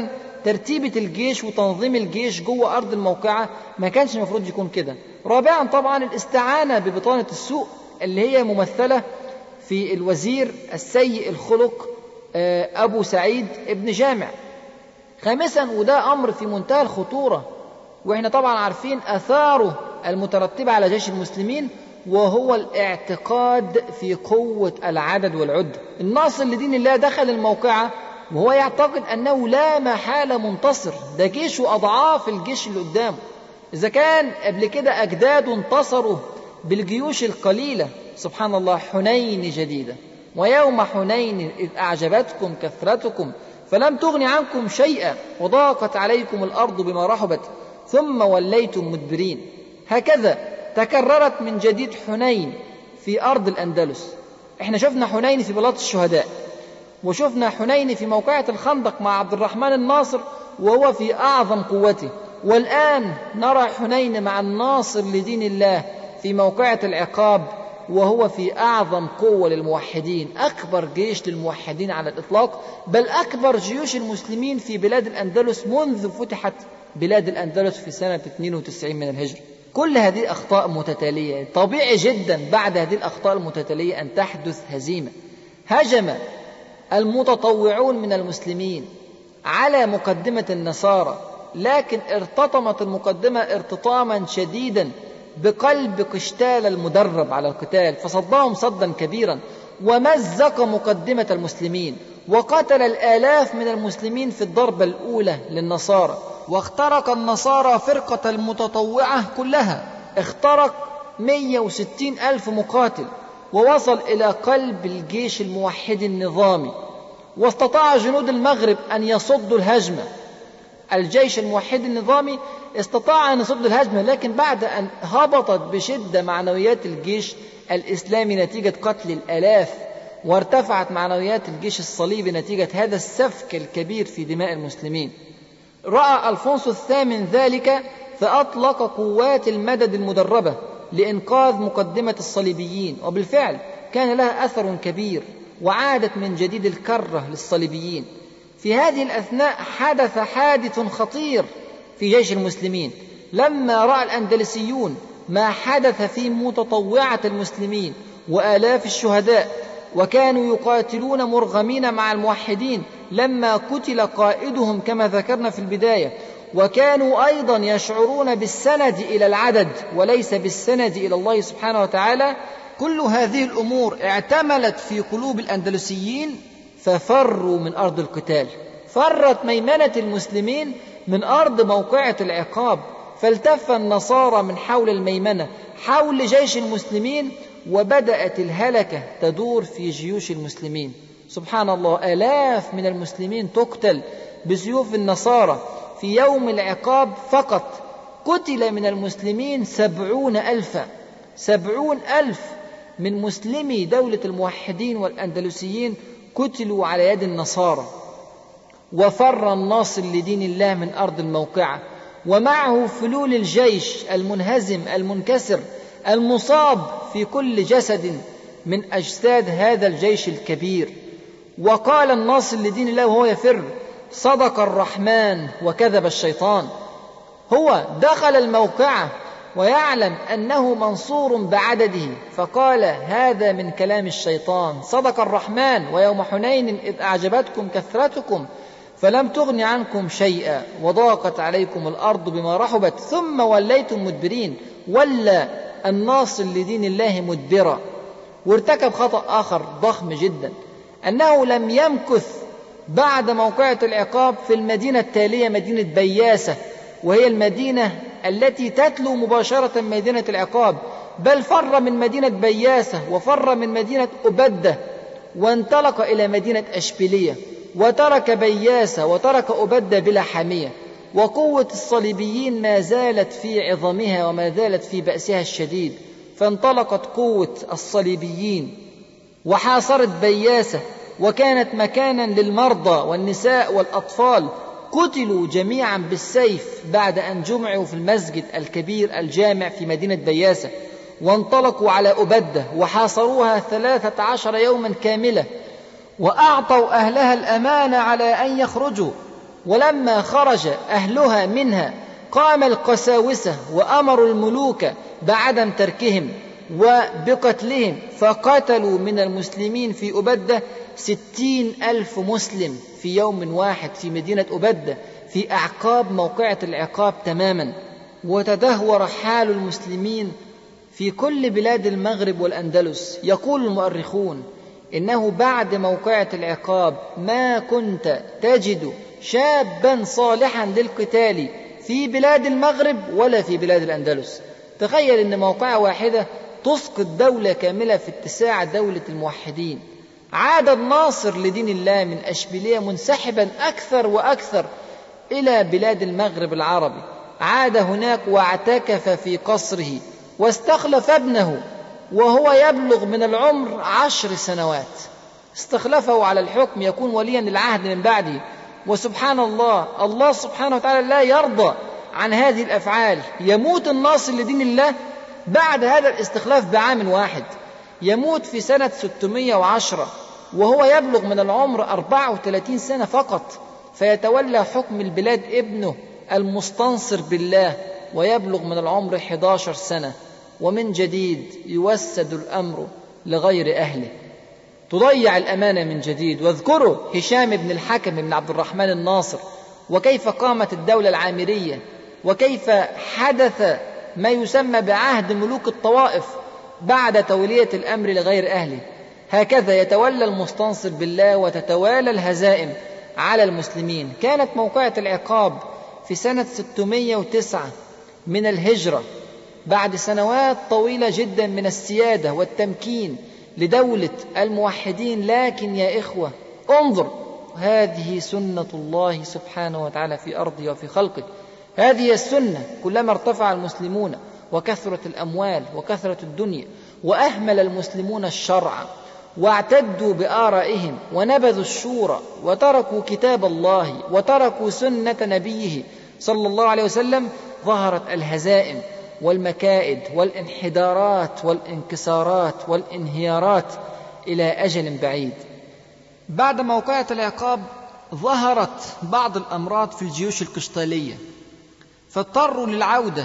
A: ترتيبة الجيش وتنظيم الجيش جوه أرض الموقعة ما كانش المفروض يكون كده. رابعا طبعا الاستعانة ببطانة السوء اللي هي ممثلة في الوزير السيء الخلق أبو سعيد ابن جامع. خامسا، وده أمر في منتهى الخطورة وإحنا طبعا عارفين أثاره المترتبة على جيش المسلمين، وهو الاعتقاد في قوة العدد والعدة. الناصر لدين الله دخل الموقعة وهو يعتقد أنه لا محالة منتصر، ده جيشه أضعاف الجيش اللي قدامه. إذا كان قبل كده أجداده انتصروا بالجيوش القليلة، سبحان الله، حنين جديدة، ويوم حنين إذ أعجبتكم كثرتكم فلم تغن عنكم شيئا وضاقت عليكم الأرض بما رحبت ثم وليتم مدبرين. هكذا تكررت من جديد حنين في أرض الأندلس. احنا شفنا حنين في بلاط الشهداء، وشفنا حنين في موقعة الخندق مع عبد الرحمن الناصر وهو في أعظم قوته، والآن نرى حنين مع الناصر لدين الله في موقعة العقاب وهو في أعظم قوة للموحدين، أكبر جيش للموحدين على الإطلاق، بل أكبر جيوش المسلمين في بلاد الأندلس منذ فتحت بلاد الأندلس في سنة 92 من الهجرة. كل هذه أخطاء متتالية، طبيعي جدا بعد هذه الأخطاء المتتالية أن تحدث هزيمة. هجم المتطوعون من المسلمين على مقدمة النصارى، لكن ارتطمت المقدمة ارتطاما شديدا بقلب قشتال المدرب على القتال، فصدهم صدا كبيرا ومزق مقدمة المسلمين، وقتل الآلاف من المسلمين في الضربة الأولى للنصارى. واخترق النصارى فرقة المتطوعة كلها، اخترق 160 ألف مقاتل، ووصل إلى قلب الجيش الموحد النظامي، واستطاع جنود المغرب أن يصدوا الهجمة. الجيش الموحد النظامي استطاع أن يصد الهجمة، لكن بعد أن هبطت بشدة معنويات الجيش الإسلامي نتيجة قتل الآلاف، وارتفعت معنويات الجيش الصليبي نتيجة هذا السفك الكبير في دماء المسلمين، رأى ألفونسو الثامن ذلك فأطلق قوات المدد المدربة لإنقاذ مقدمة الصليبيين، وبالفعل كان لها أثر كبير، وعادت من جديد الكرة للصليبيين. في هذه الأثناء حدث حادث خطير في جيش المسلمين، لما رأى الأندلسيون ما حدث في متطوعة المسلمين وآلاف الشهداء، وكانوا يقاتلون مرغمين مع الموحدين لما قتل قائدهم كما ذكرنا في البداية، وكانوا أيضا يشعرون بالسند إلى العدد وليس بالسند إلى الله سبحانه وتعالى. كل هذه الأمور اعتملت في قلوب الأندلسيين ففروا من أرض القتال. فرت ميمنة المسلمين من أرض موقعة العقاب، فالتف النصارى من حول الميمنة حول جيش المسلمين، وبدأت الهلكة تدور في جيوش المسلمين. سبحان الله، آلاف من المسلمين تقتل بسيوف النصارى. في يوم العقاب فقط قتل من المسلمين 70,000 من مسلمي دولة الموحدين والأندلسيين قتلوا على يد النصارى. وفر الناصر لدين الله من أرض الموقعة، ومعه فلول الجيش المنهزم المنكسر المصاب في كل جسد من أجساد هذا الجيش الكبير. وقال الناصر لدين الله وهو يفر: صدق الرحمن وكذب الشيطان. هو دخل الموقعة ويعلم أنه منصور بعدده، فقال: هذا من كلام الشيطان، صدق الرحمن، ويوم حنين إذ أعجبتكم كثرتكم فلم تغن عنكم شيئا وضاقت عليكم الأرض بما رحبت ثم وليتم مدبرين. ولى الناصر لدين الله مدبرا. وارتكب خطأ آخر ضخم جدا، أنه لم يمكث بعد موقعة العقاب في المدينة التالية، مدينة بياسة، وهي المدينة التي تتلو مباشرة مدينة العقاب، بل فر من مدينة بياسة وفر من مدينة أبدة وانطلق إلى مدينة أشبيلية، وترك بياسة وترك أبدة بلا حامية. وقوة الصليبيين ما زالت في عظمها وما زالت في بأسها الشديد، فانطلقت قوة الصليبيين وحاصرت بياسة، وكانت مكانا للمرضى والنساء والأطفال، قتلوا جميعا بالسيف بعد أن جمعوا في المسجد الكبير الجامع في مدينة بياسة. وانطلقوا على أبدة وحاصروها 13 يوما كاملة، وأعطوا أهلها الأمان على أن يخرجوا، ولما خرج أهلها منها قام القساوسة وأمروا الملوك بعدم تركهم وبقتلهم، فقتلوا من المسلمين في أبدة 60,000 مسلم في يوم واحد في مدينة أبدة في أعقاب موقعة العقاب تماما. وتدهور حال المسلمين في كل بلاد المغرب والأندلس. يقول المؤرخون إنه بعد موقعة العقاب ما كنت تجد شابا صالحا للقتال في بلاد المغرب ولا في بلاد الأندلس. تخيل أن موقعة واحدة تسقط دولة كاملة في اتساع دولة الموحدين. عاد الناصر لدين الله من أشبيلية منسحبا أكثر وأكثر إلى بلاد المغرب العربي، عاد هناك واعتكف في قصره واستخلف ابنه وهو يبلغ من العمر 10 سنوات، استخلفه على الحكم يكون وليا للعهد من بعده. وسبحان الله، الله سبحانه وتعالى لا يرضى عن هذه الأفعال. يموت الناصر لدين الله بعد هذا الاستخلاف بعام واحد، يموت في سنة 610 وهو يبلغ من العمر 34 سنة فقط، فيتولى حكم البلاد ابنه المستنصر بالله ويبلغ من العمر 11 سنة، ومن جديد يوسد الأمر لغير أهله، تضيع الأمانة من جديد. واذكروا هشام بن الحكم بن عبد الرحمن الناصر، وكيف قامت الدولة العامرية، وكيف حدث ما يسمى بعهد ملوك الطوائف بعد تولية الأمر لغير أهله. هكذا يتولى المستنصر بالله وتتوالى الهزائم على المسلمين. كانت موقعة العقاب في سنة 609 من الهجرة، بعد سنوات طويلة جدا من السيادة والتمكين لدولة الموحدين. لكن يا إخوة انظر، هذه سنة الله سبحانه وتعالى في أرضه وفي خلقه. هذه السنة، كلما ارتفع المسلمون وكثرت الأموال وكثرت الدنيا وأهمل المسلمون الشرع واعتدوا بآرائهم ونبذوا الشورى وتركوا كتاب الله وتركوا سنة نبيه صلى الله عليه وسلم، ظهرت الهزائم والمكائد والانحدارات والانكسارات والانهيارات إلى أجل بعيد. بعد موقعة العقاب ظهرت بعض الأمراض في الجيوش القشطالية فاضطروا للعودة،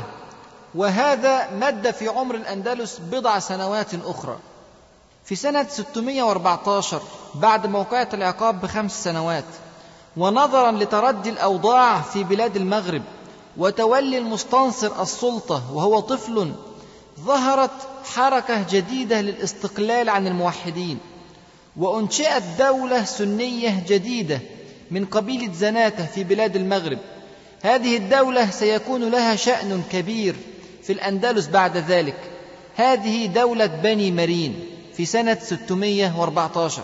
A: وهذا مد في عمر الأندلس بضع سنوات أخرى. في سنة 614 بعد موقعة العقاب ب5 سنوات، ونظرا لتردي الأوضاع في بلاد المغرب وتولي المستنصر السلطة وهو طفل، ظهرت حركة جديدة للاستقلال عن الموحدين، وأنشئت دولة سنية جديدة من قبيلة زناتة في بلاد المغرب. هذه الدولة سيكون لها شأن كبير في الأندلس بعد ذلك. هذه دولة بني مرين في سنة 614.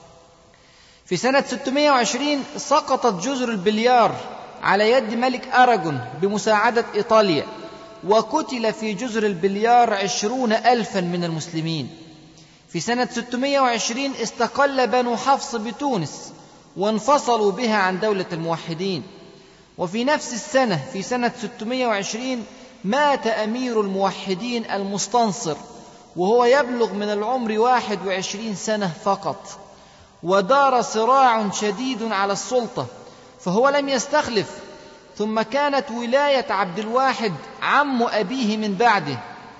A: في سنة 620 سقطت جزر البليار على يد ملك أراغون بمساعدة إيطاليا، وقتل في جزر البليار 20,000 من المسلمين. في سنة 620 استقل بنو حفص بتونس وانفصلوا بها عن دولة الموحدين. وفي نفس السنة في سنة 620 مات أمير الموحدين المستنصر وهو يبلغ من العمر 21 سنة فقط، ودار صراع شديد على السلطة فهو لم يستخلف. ثم كانت ولاية عبد الواحد عم أبيه من بعده،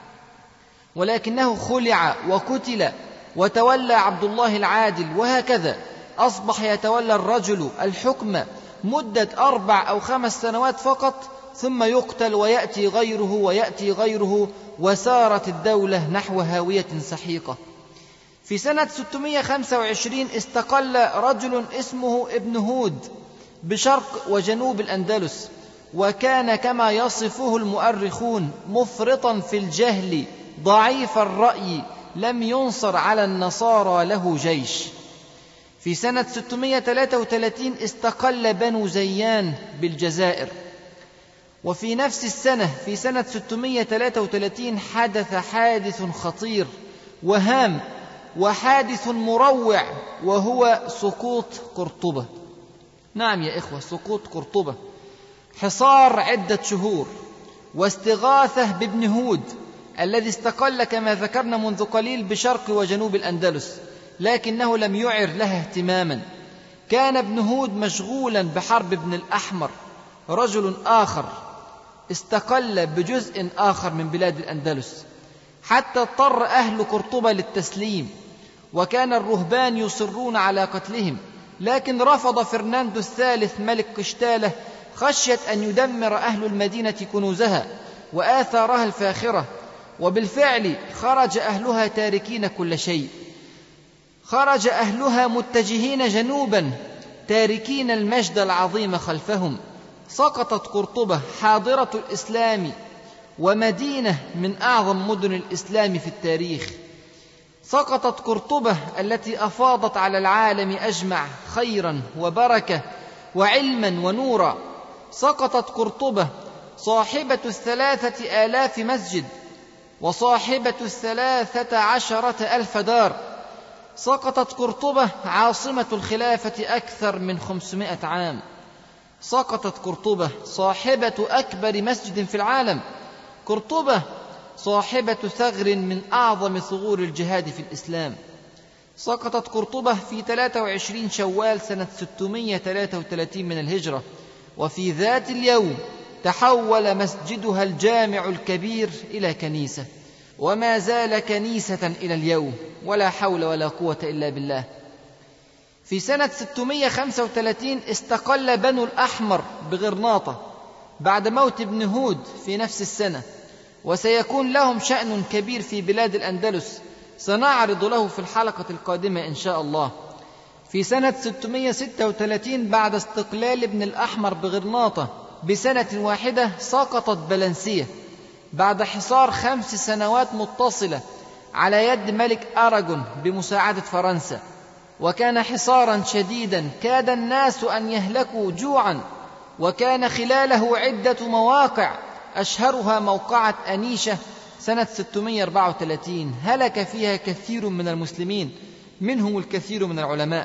A: ولكنه خلع وقتل وتولى عبد الله العادل، وهكذا أصبح يتولى الرجل الحكم مدة 4 أو 5 سنوات فقط، ثم يقتل ويأتي غيره ويأتي غيره، وسارت الدولة نحو هاوية سحيقة. في سنة 625 استقل رجل اسمه ابن هود بشرق وجنوب الأندلس، وكان كما يصفه المؤرخون مفرطا في الجهل ضعيف الرأي، لم ينصر على النصارى له جيش. في سنة 633 استقل بنو زيان بالجزائر. وفي نفس السنة في سنة 633 حدث حادث خطير وهام وحادث مروع، وهو سقوط قرطبة. نعم يا إخوة، سقوط قرطبة، حصار عدة شهور، واستغاثة بابن هود الذي استقل كما ذكرنا منذ قليل بشرق وجنوب الأندلس، لكنه لم يعر لها اهتماما. كان ابن هود مشغولا بحرب ابن الأحمر، رجل آخر استقل بجزء آخر من بلاد الأندلس، حتى اضطر أهل قرطبة للتسليم، وكان الرهبان يصرون على قتلهم، لكن رفض فرناندو الثالث ملك قشتالة خشية أن يدمر أهل المدينة كنوزها وآثارها الفاخرة، وبالفعل خرج أهلها تاركين كل شيء، خرج أهلها متجهين جنوبا تاركين المجد العظيم خلفهم. سقطت قرطبة حاضرة الإسلام ومدينة من أعظم مدن الإسلام في التاريخ. سقطت قرطبة التي أفاضت على العالم أجمع خيرا وبركة وعلما ونورا. سقطت قرطبة صاحبة 3000 مسجد وصاحبة 13,000 دار. سقطت قرطبة عاصمة الخلافة أكثر من 500 عام. سقطت قرطبة صاحبة أكبر مسجد في العالم. قرطبة صاحبة ثغر من أعظم ثغور الجهاد في الإسلام. سقطت قرطبة في 23 شوال سنة 633 من الهجرة، وفي ذات اليوم تحول مسجدها الجامع الكبير إلى كنيسة، وما زال كنيسة إلى اليوم، ولا حول ولا قوة إلا بالله. في سنة 635 استقل بنو الأحمر بغرناطة بعد موت ابن هود في نفس السنة، وسيكون لهم شأن كبير في بلاد الأندلس سنعرض له في الحلقة القادمة إن شاء الله. في سنة 636 بعد استقلال ابن الأحمر بغرناطة بسنة واحدة سقطت بلنسية بعد حصار 5 سنوات متصلة على يد ملك أراغون بمساعدة فرنسا، وكان حصارا شديدا كاد الناس أن يهلكوا جوعا، وكان خلاله عدة مواقع أشهرها موقعة أنيشة سنة 634 هلك فيها كثير من المسلمين منهم الكثير من العلماء.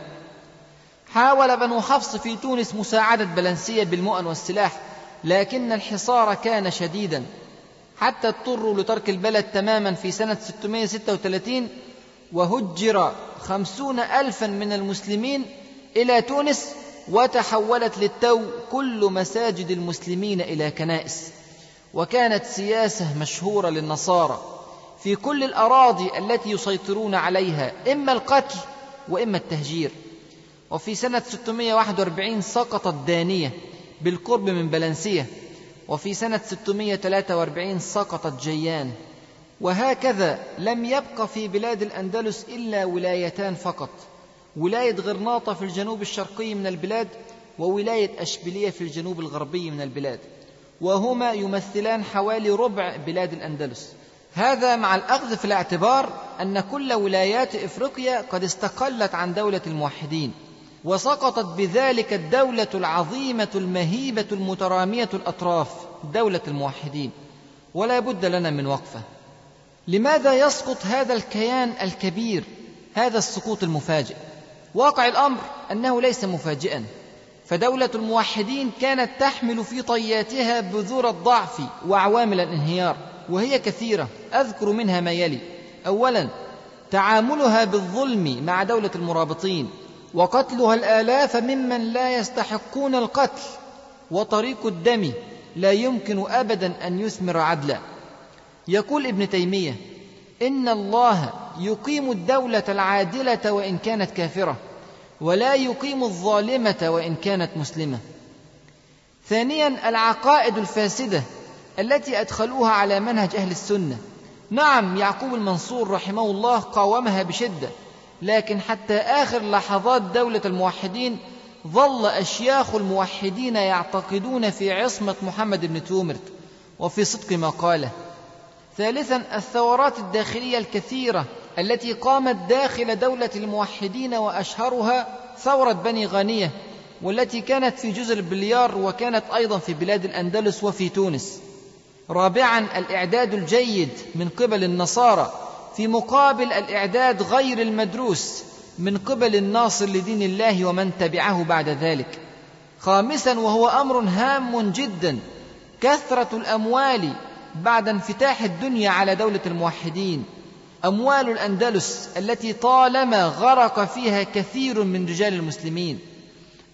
A: حاول بنو حفص في تونس مساعدة بلنسية بالمؤن والسلاح، لكن الحصار كان شديدا حتى اضطروا لترك البلد تماما في سنة 636، وهجر 50,000 من المسلمين إلى تونس، وتحولت للتو كل مساجد المسلمين إلى كنائس. وكانت سياسة مشهورة للنصارى في كل الأراضي التي يسيطرون عليها، إما القتل وإما التهجير. وفي سنة 641 سقطت دانية بالقرب من بلنسية، وفي سنة 643 سقطت جيان. وهكذا لم يبق في بلاد الأندلس إلا ولايتان فقط، ولاية غرناطة في الجنوب الشرقي من البلاد، وولاية أشبيلية في الجنوب الغربي من البلاد، وهما يمثلان حوالي ربع بلاد الأندلس. هذا مع الأخذ في الاعتبار أن كل ولايات إفريقيا قد استقلت عن دولة الموحدين، وسقطت بذلك الدولة العظيمة المهيبة المترامية الأطراف دولة الموحدين. ولا بد لنا من وقفة. لماذا يسقط هذا الكيان الكبير هذا السقوط المفاجئ؟ واقع الأمر أنه ليس مفاجئا، فدولة الموحدين كانت تحمل في طياتها بذور الضعف وعوامل الانهيار، وهي كثيرة، أذكر منها ما يلي. أولا، تعاملها بالظلم مع دولة المرابطين، وقتلها الآلاف ممن لا يستحقون القتل، وطريق الدم لا يمكن أبدا أن يثمر عدلا. يقول ابن تيمية: إن الله يقيم الدولة العادلة وإن كانت كافرة، ولا يقيم الظالمة وإن كانت مسلمة. ثانيا، العقائد الفاسدة التي أدخلوها على منهج أهل السنة. نعم، يعقوب المنصور رحمه الله قاومها بشدة، لكن حتى آخر لحظات دولة الموحدين ظل أشياخ الموحدين يعتقدون في عصمة محمد بن تومرت وفي صدق ما قاله. ثالثا، الثورات الداخلية الكثيرة التي قامت داخل دولة الموحدين، وأشهرها ثورة بني غانية، والتي كانت في جزر البليار، وكانت أيضا في بلاد الأندلس وفي تونس. رابعا، الإعداد الجيد من قبل النصارى في مقابل الإعداد غير المدروس من قبل الناصر لدين الله ومن تبعه بعد ذلك. خامسا، وهو أمر هام جدا، كثرة الأموال بعد انفتاح الدنيا على دولة الموحدين، أموال الأندلس التي طالما غرق فيها كثير من رجال المسلمين.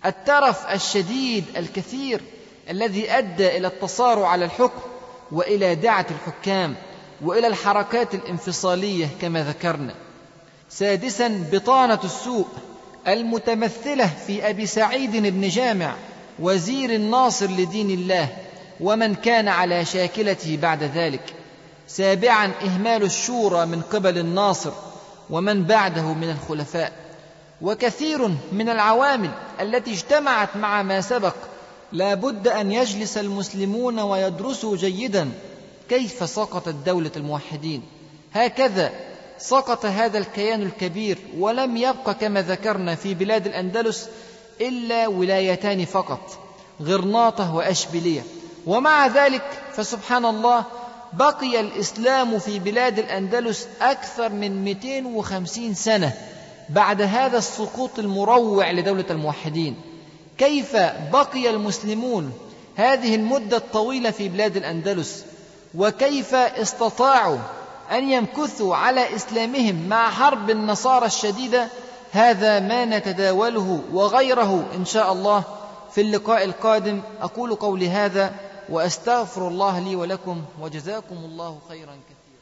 A: الترف الشديد الكثير الذي أدى إلى التصارع على الحكم وإلى دعة الحكام وإلى الحركات الانفصالية كما ذكرنا. سادسا بطانة السوء المتمثلة في أبي سعيد بن جامع وزير الناصر لدين الله ومن كان على شاكلته بعد ذلك. سابعا إهمال الشورى من قبل الناصر ومن بعده من الخلفاء. وكثير من العوامل التي اجتمعت مع ما سبق لا بد أن يجلس المسلمون ويدرسوا جيدا كيف سقطت دولة الموحدين. هكذا سقط هذا الكيان الكبير، ولم يبق كما ذكرنا في بلاد الأندلس إلا ولايتان فقط، غرناطة وأشبيلية. ومع ذلك فسبحان الله بقي الإسلام في بلاد الأندلس أكثر من 250 سنة بعد هذا السقوط المروع لدولة الموحدين. كيف بقي المسلمون هذه المدة الطويلة في بلاد الأندلس، وكيف استطاعوا أن يمكثوا على إسلامهم مع حرب النصارى الشديدة؟ هذا ما نتداوله وغيره إن شاء الله في اللقاء القادم. أقول قولي هذا وأستغفر الله لي ولكم، وجزاكم الله خيرا كثيرا.